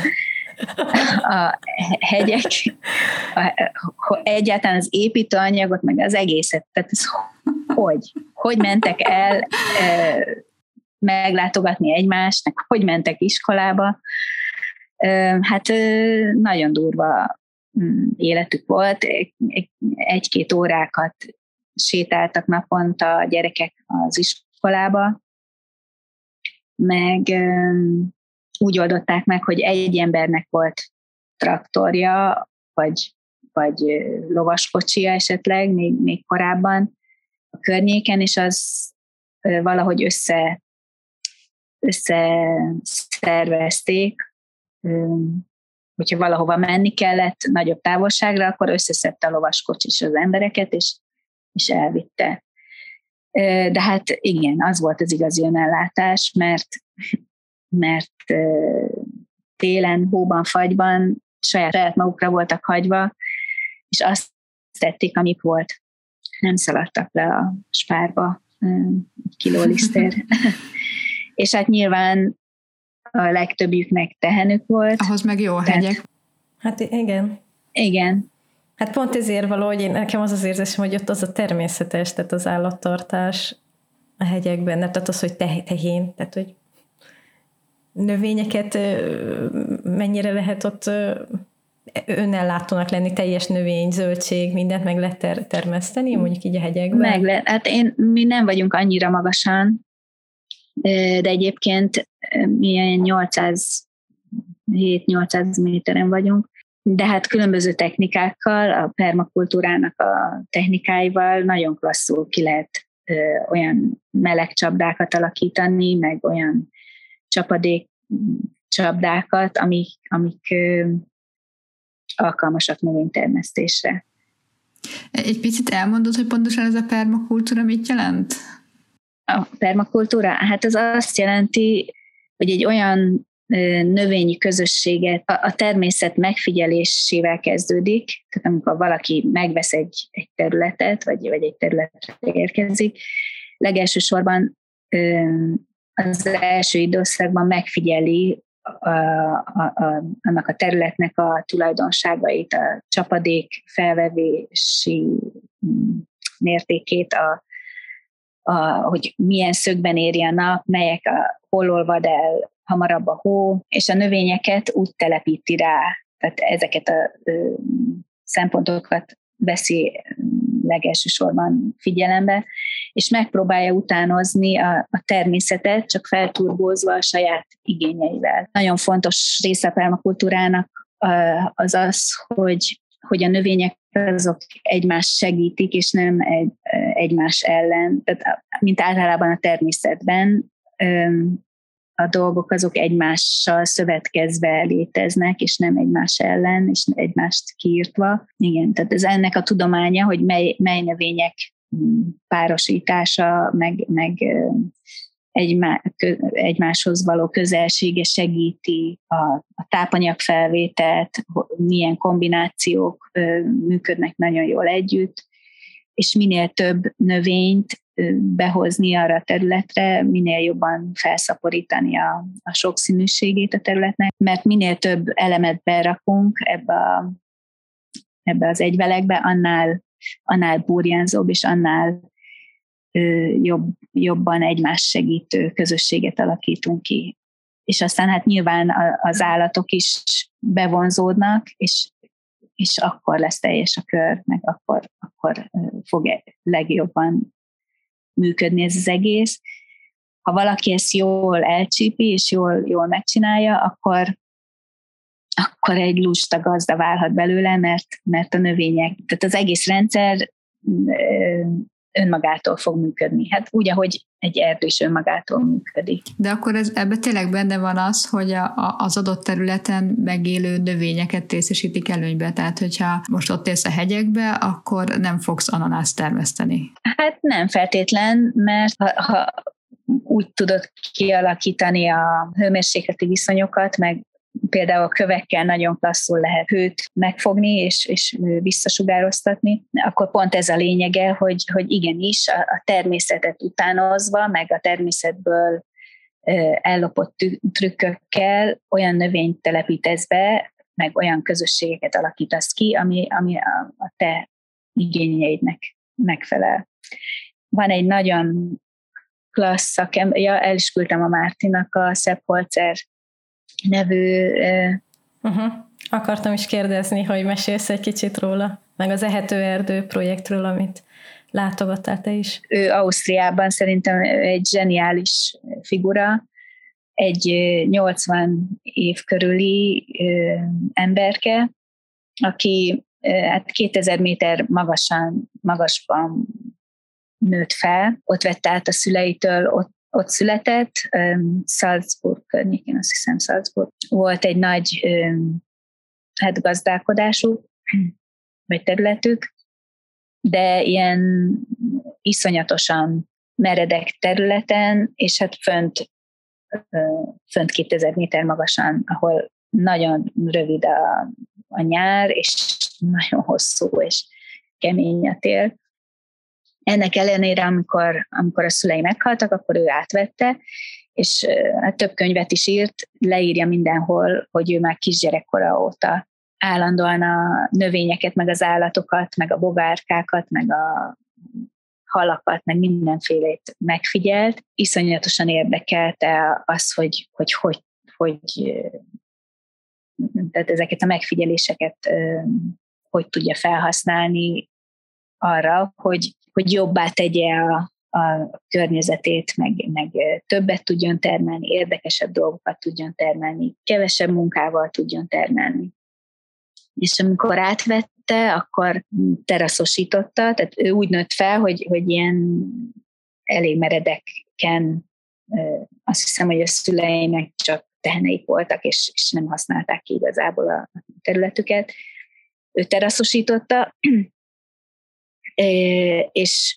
a hegyek, a, egyáltalán az építőanyagot, meg az egészet? Tehát ez hogy? Hogy mentek el e, meglátogatni egymást, meg hogy mentek iskolába? E, hát e, nagyon durva életük volt. Egy-két órákat sétáltak naponta a gyerekek az iskolába, meg úgy oldották meg, hogy egy embernek volt traktorja, vagy, vagy lovaskocsia esetleg, még, még korábban a környéken, és az valahogy össze, összeszervezték, hogyha valahova menni kellett nagyobb távolságra, akkor összeszedte a lovaskocsis az embereket, és, és elvitte. De hát igen, az volt az igazi önellátás, mert, mert télen, hóban, fagyban saját, saját magukra voltak hagyva, és azt tették, amik volt. Nem szaladtak le a spárba egy kiló liszter. És hát nyilván a legtöbbjüknek tehenük volt. Ahhoz meg jó a hegyek. Hát igen. Igen. Hát pont ezért való, hogy én, nekem az az érzésem, hogy ott az a természetes, tehát az állattartás a hegyekben, nem, tehát az, hogy tehén, tehát hogy növényeket mennyire lehet ott önellátónak lenni, teljes növény, zöldség, mindent meg lehet ter- termeszteni, mondjuk így a hegyekben? Meg lehet. Hát én, mi nem vagyunk annyira magasan, de egyébként milyen nyolcszázhét-nyolcszáz méteren vagyunk, de hát különböző technikákkal, a permakultúrának a technikáival nagyon klasszul ki lehet ö, olyan meleg csapdákat alakítani, meg olyan csapadék csapdákat, amik, amik ö, alkalmasak növénytermesztésre. Egy picit elmondod, hogy pontosan ez a permakultúra mit jelent? A permakultúra? Hát az azt jelenti, hogy egy olyan növényi közösséget a természet megfigyelésével kezdődik, tehát amikor valaki megvesz egy, egy területet, vagy, vagy egy területre érkezik, legelsősorban az első időszakban megfigyeli a, a, a, annak a területnek a tulajdonságait, a csapadék felvevési mértékét, a, a, hogy milyen szögben éri a nap, melyek a, hol olvad el hamarabb a hó, és a növényeket úgy telepíti rá, tehát ezeket a ö, szempontokat veszi legelsősorban figyelembe, és megpróbálja utánozni a, a természetet, csak felturbózva a saját igényeivel. Nagyon fontos része a permakultúrának az az, hogy, hogy a növények azok egymást segítik, és nem egy, egymás ellen. Tehát, mint általában a természetben, a dolgok azok egymással szövetkezve léteznek, és nem egymás ellen, és egymást kiírtva. Igen, tehát ez ennek a tudománya, hogy mely, mely növények párosítása, meg, meg egymá, egymáshoz való közelsége segíti a, a tápanyagfelvételt, milyen kombinációk működnek nagyon jól együtt, és minél több növényt behozni arra a területre, minél jobban felszaporítani a, a sokszínűségét a területnek, mert minél több elemet berakunk ebbe, a, ebbe az egyvelegbe, annál, annál burjánzóbb, és annál ö, jobb, jobban egymás segítő közösséget alakítunk ki. És aztán hát nyilván az állatok is bevonzódnak, és, és akkor lesz teljes a kör, meg akkor, akkor fog legjobban működni ez az egész. Ha valaki ezt jól elcsípi, és jól, jól megcsinálja, akkor, akkor egy lusta gazda válhat belőle, mert, mert a növények, tehát az egész rendszer önmagától fog működni. Hát úgy, ahogy egy erdő is önmagától működik. De akkor ez, ebben tényleg benne van az, hogy a, a, az adott területen megélő növényeket részesítik előnybe. Tehát, hogyha most ott élsz a hegyekbe, akkor nem fogsz ananászt termeszteni. Hát nem feltétlen, mert ha, ha úgy tudod kialakítani a hőmérsékleti viszonyokat, meg például a kövekkel nagyon klasszul lehet hőt megfogni és, és visszasugároztatni, akkor pont ez a lényege, hogy, hogy igenis a, a természetet utánozva, meg a természetből ellopott trükkökkel olyan növényt telepítesz be, meg olyan közösségeket alakítasz ki, ami, ami a, a te igényeidnek megfelel. Van egy nagyon klassz szakem, ja, el is küldtem a Mártinak a Sepp Holzer nevű... Uh-huh. Akartam is kérdezni, hogy mesélsz egy kicsit róla, meg az Ehető Erdő projektről, amit látogattál te is. Ő Ausztriában szerintem egy zseniális figura, egy nyolcvan év körüli emberke, aki hát kétezer méter magasan, magasban nőtt fel, ott vette át a szüleitől, ott Ott született, Salzburg környékén, azt hiszem Salzburg. Volt egy nagy hát gazdálkodásuk, vagy területük, de ilyen iszonyatosan meredek területen, és hát fönt, fönt kétezer méter magasan, ahol nagyon rövid a, a nyár, és nagyon hosszú és kemény a tél. Ennek ellenére, amikor, amikor a szülei meghaltak, akkor ő átvette, és hát több könyvet is írt, leírja mindenhol, hogy ő már kisgyerekkora óta állandóan a növényeket, meg az állatokat, meg a bogárkákat, meg a halakat, meg mindenfélét megfigyelt. Iszonyatosan érdekelte az, hogy hogy, hogy, hogy tehát ezeket a megfigyeléseket hogy tudja felhasználni arra, hogy, hogy jobbá tegye a, a környezetét, meg, meg többet tudjon termelni, érdekesebb dolgokat tudjon termelni, kevesebb munkával tudjon termelni. És amikor átvette, akkor teraszosította, tehát ő úgy nőtt fel, hogy, hogy ilyen elég meredeken, azt hiszem, hogy a szüleinek csak teheneik voltak, és, és nem használták ki igazából a területüket. Ő teraszosította, és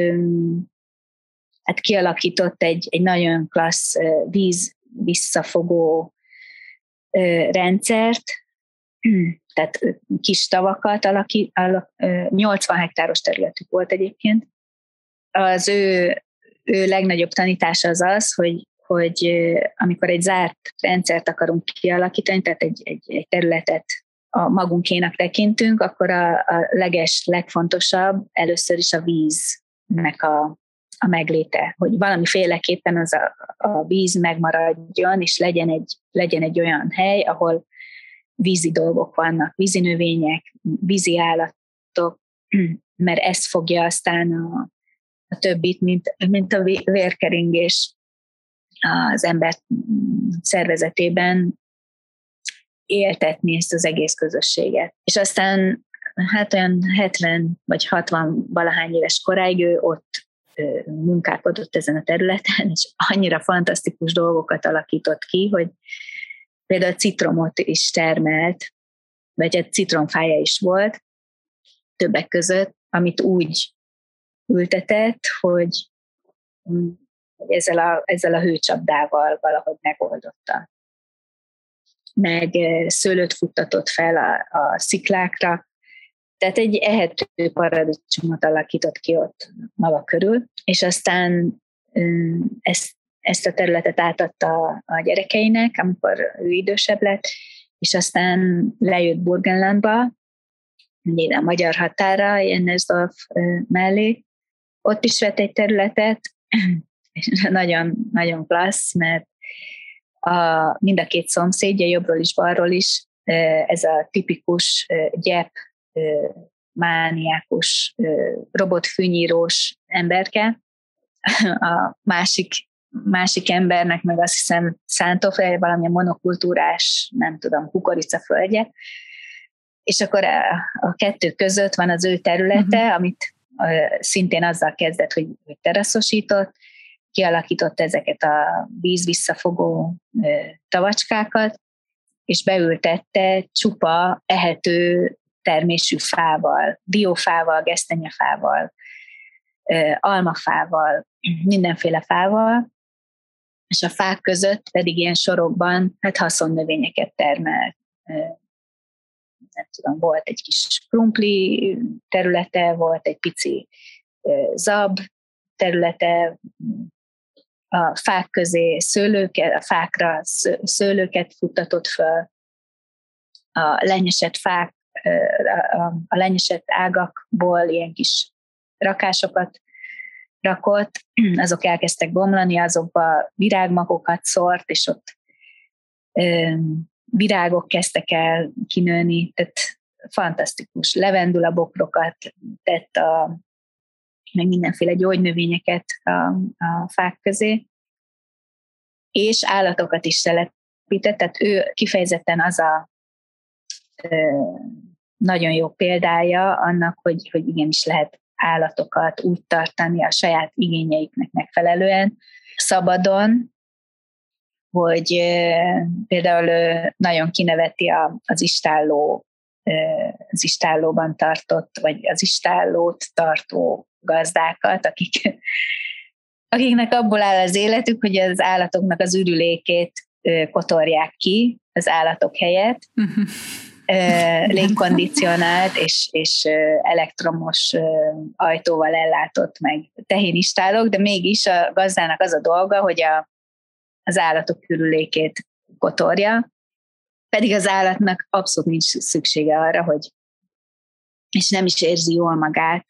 hát kialakított egy, egy nagyon klassz víz visszafogó rendszert, tehát kis tavakat alakít, alak, nyolcvan hektáros területük volt egyébként. Az ő, ő legnagyobb tanítása az az, hogy, hogy amikor egy zárt rendszert akarunk kialakítani, tehát egy, egy, egy területet a magunkénak tekintünk, akkor a, a leges, legfontosabb először is a víznek a, a megléte, hogy valamiféleképpen az a, a víz megmaradjon, és legyen egy, legyen egy olyan hely, ahol vízi dolgok vannak, vízi növények, vízi állatok, mert ez fogja aztán a, a többit, mint, mint a vérkeringés az ember szervezetében éltetni ezt az egész közösséget. És aztán hát olyan hetven vagy hatvan valahány éves koráig ő ott munkálkodott ezen a területen, és annyira fantasztikus dolgokat alakított ki, hogy például citromot is termelt, vagy egy citromfája is volt többek között, amit úgy ültetett, hogy ezzel a, ezzel a hőcsapdával valahogy megoldotta. Meg szőlőt futtatott fel a, a sziklákra, tehát egy ehető paradicsomot alakított ki ott maga körül, és aztán ezt, ezt a területet átadta a gyerekeinek, amikor ő idősebb lett, és aztán lejött Burgenlandba, ugye a magyar határa, Jennersdorf mellé. Ott is vett egy területet, és nagyon, nagyon klassz, mert a, mind a két szomszédja, jobbról is, balról is, ez a tipikus gyep, mániákus, robotfűnyírós emberke. A másik, másik embernek meg azt hiszem szántóföldje, valamilyen monokultúrás, nem tudom, kukoricaföldje. És akkor a, a kettő között van az ő területe, uh-huh. amit uh, szintén azzal kezdett, hogy, hogy teraszosított, kialakított ezeket a vízvisszafogó uh, tavacskákat, és beültette csupa ehető termésű fával, diófával, gesztenyefával, uh, almafával, mindenféle fával, és a fák között pedig ilyen sorokban hát haszonnövényeket termelt. Uh, nem tudom, volt egy kis krumpli területe, volt egy pici zab területe, a fák közé szőlőket, a fákra szőlőket futtatott föl, a lenyesett fák, a lenyesett ágakból ilyen kis rakásokat rakott, azok elkezdtek bomlani, azokba virágmagokat szórt, és ott virágok kezdtek el kinőni, tehát fantasztikus. Levendula bokrokat tett, a, meg mindenféle gyógynövényeket a, a fák közé, és állatokat is telepített, tehát ő kifejezetten az a ö, nagyon jó példája annak, hogy, hogy igenis lehet állatokat úgy tartani a saját igényeiknek megfelelően, szabadon, hogy például nagyon kineveti az istálló, az istállóban tartott, vagy az istállót tartó gazdákat, akik, akiknek abból áll az életük, hogy az állatoknak az ürülékét kotorják ki az állatok helyett, uh-huh. légkondicionált és, és elektromos ajtóval ellátott meg tehénistálók, de mégis a gazdának az a dolga, hogy a az állatok körülékét kotorja, pedig az állatnak abszolút nincs szüksége arra, hogy és nem is érzi jól magát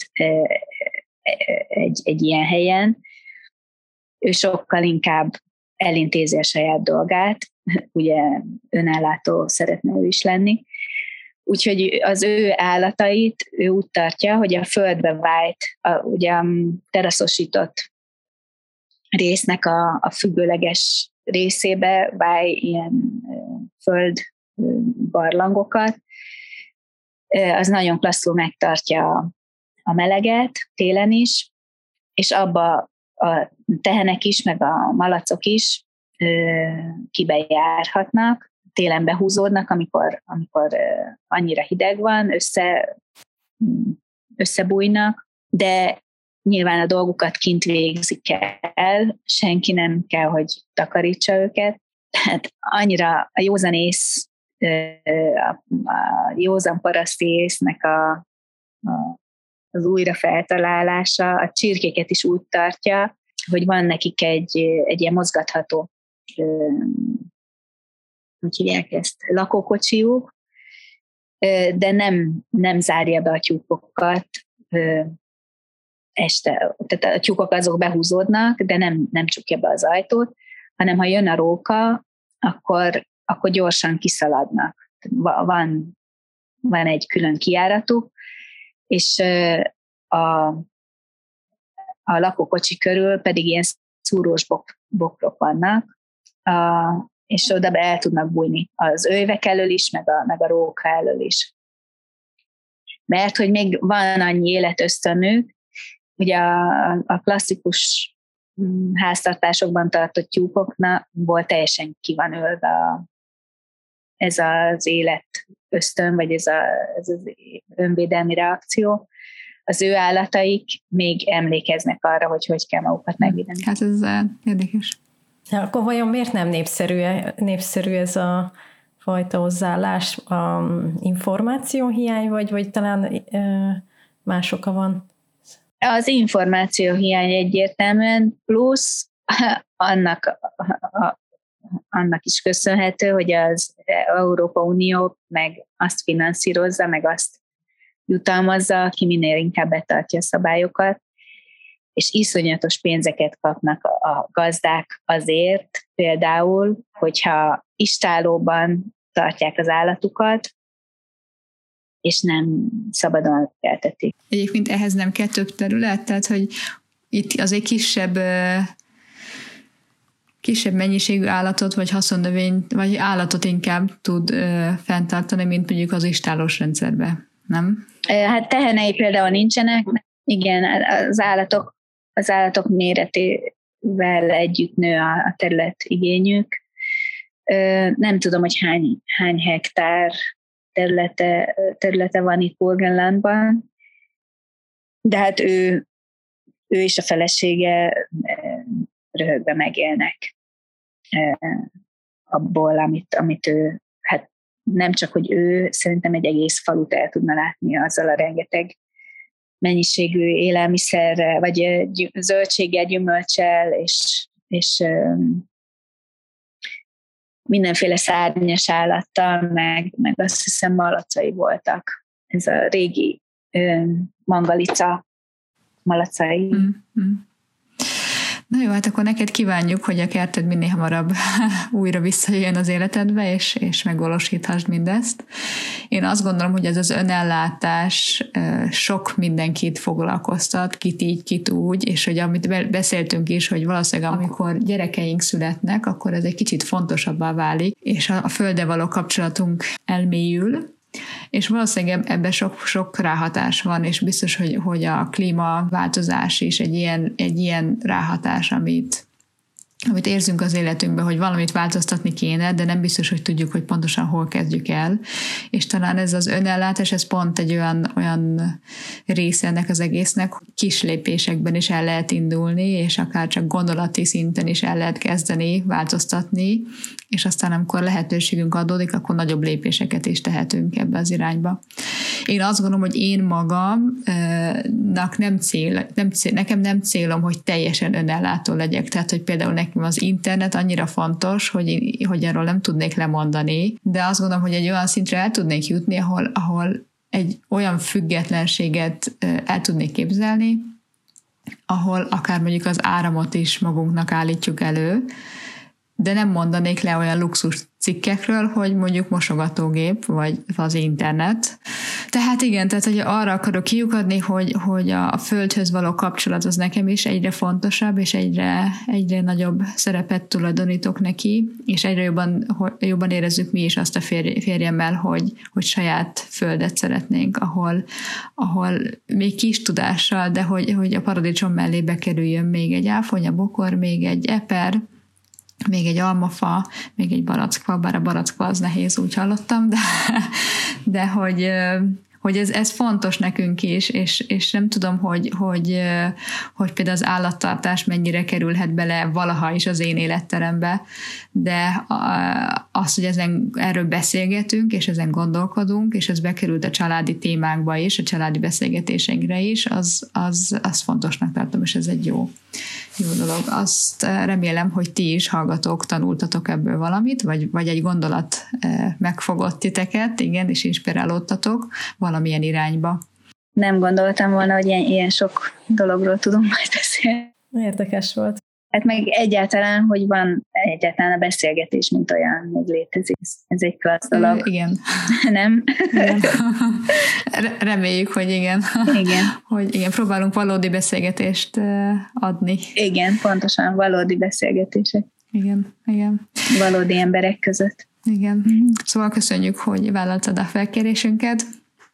egy, egy ilyen helyen. Ő sokkal inkább elintézi a saját dolgát, ugye önellátó szeretne ő is lenni. Úgyhogy az ő állatait ő úgy tartja, hogy a földbe vájt, a, ugye a teraszosított résznek a, a függőleges részébe váj ilyen föld barlangokat, az nagyon klasszul megtartja a meleget télen is, és abba a tehenek is, meg a malacok is kibejárhatnak, télen behúzódnak, amikor, amikor annyira hideg van, össze, összebújnak, de nyilván a dolgukat kint végzik el, senki nem kell, hogy takarítsa őket. Tehát annyira a józanész, a józan paraszti észnek a, a, az újra feltalálása, a csirkéket is úgy tartja, hogy van nekik egy, egy ilyen mozgatható, hogy hívják ezt, lakókocsijuk, de nem, nem zárja be a tyúkokat este, tehát a tyúkok azok behúzódnak, de nem, nem csukja be az ajtót, hanem ha jön a róka, akkor, akkor gyorsan kiszaladnak. Van, van egy külön kijáratuk, és a, a lakókocsi körül pedig ilyen szúrós bok, bokrok vannak, a, és oda be el tudnak bújni az ővek elől is, meg a, meg a róka elől is. Mert hogy még van annyi életösztönük, ugye a, a klasszikus háztartásokban tartott tyúkoknak teljesen ki van ölve a, ez az élet ösztön, vagy ez, a, ez az önvédelmi reakció, az ő állataik még emlékeznek arra, hogy hogy kell magukat megvédeni. Hát ez érdekes. Akkor vajon miért nem népszerű, népszerű ez a fajta hozzáállás? A információhiány, vagy, vagy talán más oka van? Az információhiány egyértelműen, plusz annak, a, annak is köszönhető, hogy az Európa Unió meg azt finanszírozza, meg azt jutalmazza, aki minél inkább betartja a szabályokat, és iszonyatos pénzeket kapnak a gazdák azért, például, hogyha istállóban tartják az állatukat, és nem szabadon keltetik. Egyébként ehhez nem kell több terület, tehát, hogy itt azért kisebb, kisebb mennyiségű állatot, vagy haszonnövényt, vagy állatot inkább tud fenntartani, mint mondjuk az istállós rendszerbe, nem? Hát tehenei például nincsenek. Igen, az állatok, az állatok méretével együtt nő a terület igényük. Nem tudom, hogy hány, hány hektár területe, területe van itt Burgenlandban, de hát ő, ő és a felesége röhögve megélnek abból, amit, amit ő, hát nem csak, hogy ő, szerintem egy egész falut el tudna látni azzal a rengeteg mennyiségű élelmiszerrel, vagy zöldséggel, gyümölcsel, és, és mindenféle szárnyas állattal, meg, meg azt hiszem malacai voltak. Ez a régi ö, mangalica malacai. Mm-hmm. Na jó, hát akkor neked kívánjuk, hogy a kerted minél hamarabb újra visszajöjjön az életedbe, és, és megvalósíthasd mindezt. Én azt gondolom, hogy ez az önellátás sok mindenkit foglalkoztat, kit így, kit úgy, és hogy amit beszéltünk is, hogy valószínűleg amikor gyerekeink születnek, akkor ez egy kicsit fontosabbá válik, és a, a földdel való kapcsolatunk elmélyül, és valószínűleg ebben sok-sok ráhatás van, és biztos, hogy, hogy a klímaváltozás is egy ilyen, egy ilyen ráhatás, amit, amit érzünk az életünkben, hogy valamit változtatni kéne, de nem biztos, hogy tudjuk, hogy pontosan hol kezdjük el. És talán ez az önellátás, ez pont egy olyan, olyan része ennek az egésznek, hogy kis lépésekben is el lehet indulni, és akár csak gondolati szinten is el lehet kezdeni, változtatni, és aztán amikor lehetőségünk adódik, akkor nagyobb lépéseket is tehetünk ebbe az irányba. Én azt gondolom, hogy én magamnak nem cél, nem cél, nekem nem célom, hogy teljesen önellátó legyek. Tehát, hogy például nekem az internet annyira fontos, hogy, én, hogy erről nem tudnék lemondani, de azt gondolom, hogy egy olyan szintre el tudnék jutni, ahol, ahol egy olyan függetlenséget el tudnék képzelni, ahol akár mondjuk az áramot is magunknak állítjuk elő, de nem mondanék le olyan luxus cikkekről, hogy mondjuk mosogatógép, vagy az internet. Tehát igen, tehát hogy arra akarok kiukadni, hogy, hogy a földhöz való kapcsolat az nekem is egyre fontosabb, és egyre, egyre nagyobb szerepet tulajdonítok neki, és egyre jobban, jobban érezzük mi is azt a férj, férjemmel, hogy, hogy saját földet szeretnénk, ahol, ahol még kis tudással, de hogy, hogy a paradicsom mellé bekerüljön még egy áfonyabokor, még egy eper, még egy almafa, még egy barackfa, bár a barackfa az nehéz, úgy hallottam, de, de hogy, hogy ez, ez fontos nekünk is, és, és nem tudom, hogy, hogy, hogy például az állattartás mennyire kerülhet bele valaha is az én életterembe, de az, hogy ezen, erről beszélgetünk, és ezen gondolkodunk, és ez bekerült a családi témákba is, a családi beszélgetéseinkre is, az, az, az fontosnak tartom, és ez egy jó, jó dolog. Azt remélem, hogy ti is, hallgatók, tanultatok ebből valamit, vagy, vagy egy gondolat megfogott titeket, igen, és inspirálódtatok valamilyen irányba. Nem gondoltam volna, hogy ilyen, ilyen sok dologról tudunk majd beszélni. Érdekes volt. Hát meg egyáltalán, hogy van egyáltalán a beszélgetés, mint olyan, még létezik. Ez egy klassz dolog. Ö, igen. Nem? Igen. Reméljük, hogy igen. Igen. Hogy igen, próbálunk valódi beszélgetést adni. Igen, pontosan valódi beszélgetések. Igen, igen. Valódi emberek között. Igen. Mm. Szóval köszönjük, hogy vállaltad a felkérésünket,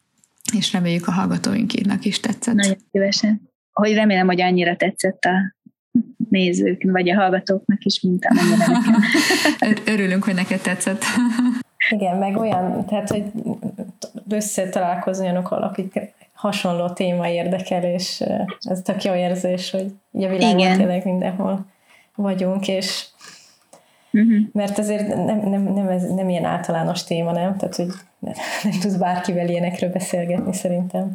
és reméljük a hallgatóinknak is tetszett. Nagyon szívesen. Hogy remélem, hogy annyira tetszett a nézők, vagy a hallgatóknak is, mint amennyire nekem. Örülünk, hogy neked tetszett. Igen, meg olyan, tehát, hogy összetalálkozni olyanokkal, akik hasonló téma érdekel, és ez tök jó érzés, hogy a világon Igen. tényleg mindenhol vagyunk, és uh-huh. mert azért nem, nem, nem, ez, nem ilyen általános téma, nem? Tehát, hogy nem, nem tudsz bárkivel ilyenekről beszélgetni szerintem.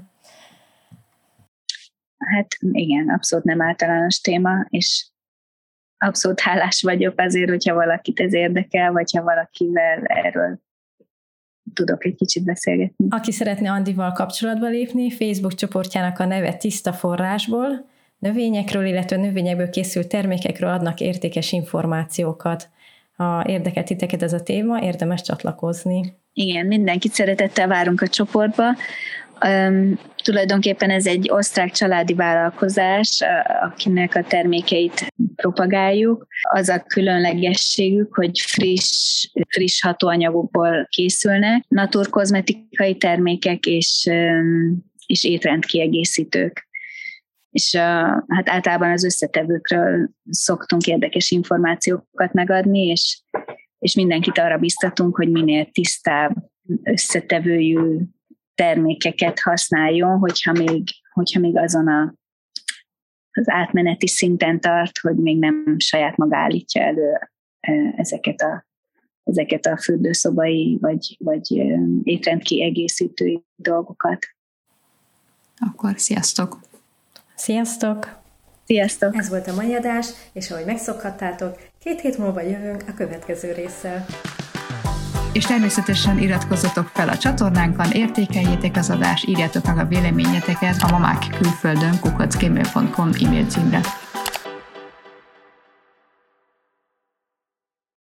Hát igen, abszolút nem általános téma, és abszolút hálás vagyok azért, hogyha valakit ez érdekel, vagy ha valakivel erről tudok egy kicsit beszélgetni. Aki szeretne Andival kapcsolatba lépni, Facebook csoportjának a neve Tiszta forrásból, növényekről, illetve növényekből készült termékekről adnak értékes információkat. Ha érdekel titeket ez a téma, érdemes csatlakozni. Igen, mindenkit szeretettel várunk a csoportba. Um, tulajdonképpen ez egy osztrák családi vállalkozás, akinek a termékeit propagáljuk. Az a különlegességük, hogy friss, friss hatóanyagokból készülnek, naturkozmetikai termékek és, um, és étrendkiegészítők. És uh, hát általában az összetevőkről szoktunk érdekes információkat megadni, és, és mindenkit arra biztatunk, hogy minél tisztább összetevőjű termékeket használjon, hogyha még, hogyha még azon a, az átmeneti szinten tart, hogy még nem saját maga állítja elő ezeket a, ezeket a fürdőszobai vagy, vagy étrendkiegészítő dolgokat. Akkor sziasztok! Sziasztok! Sziasztok! Ez volt a mai adás, és ahogy megszokhattátok, két hét múlva jövünk a következő résszel. És természetesen iratkozzatok fel a csatornánkon, értékeljétek az adást, írjátok meg a véleményeteket a mamák külföldön kukac gmail pont com e-mail címre.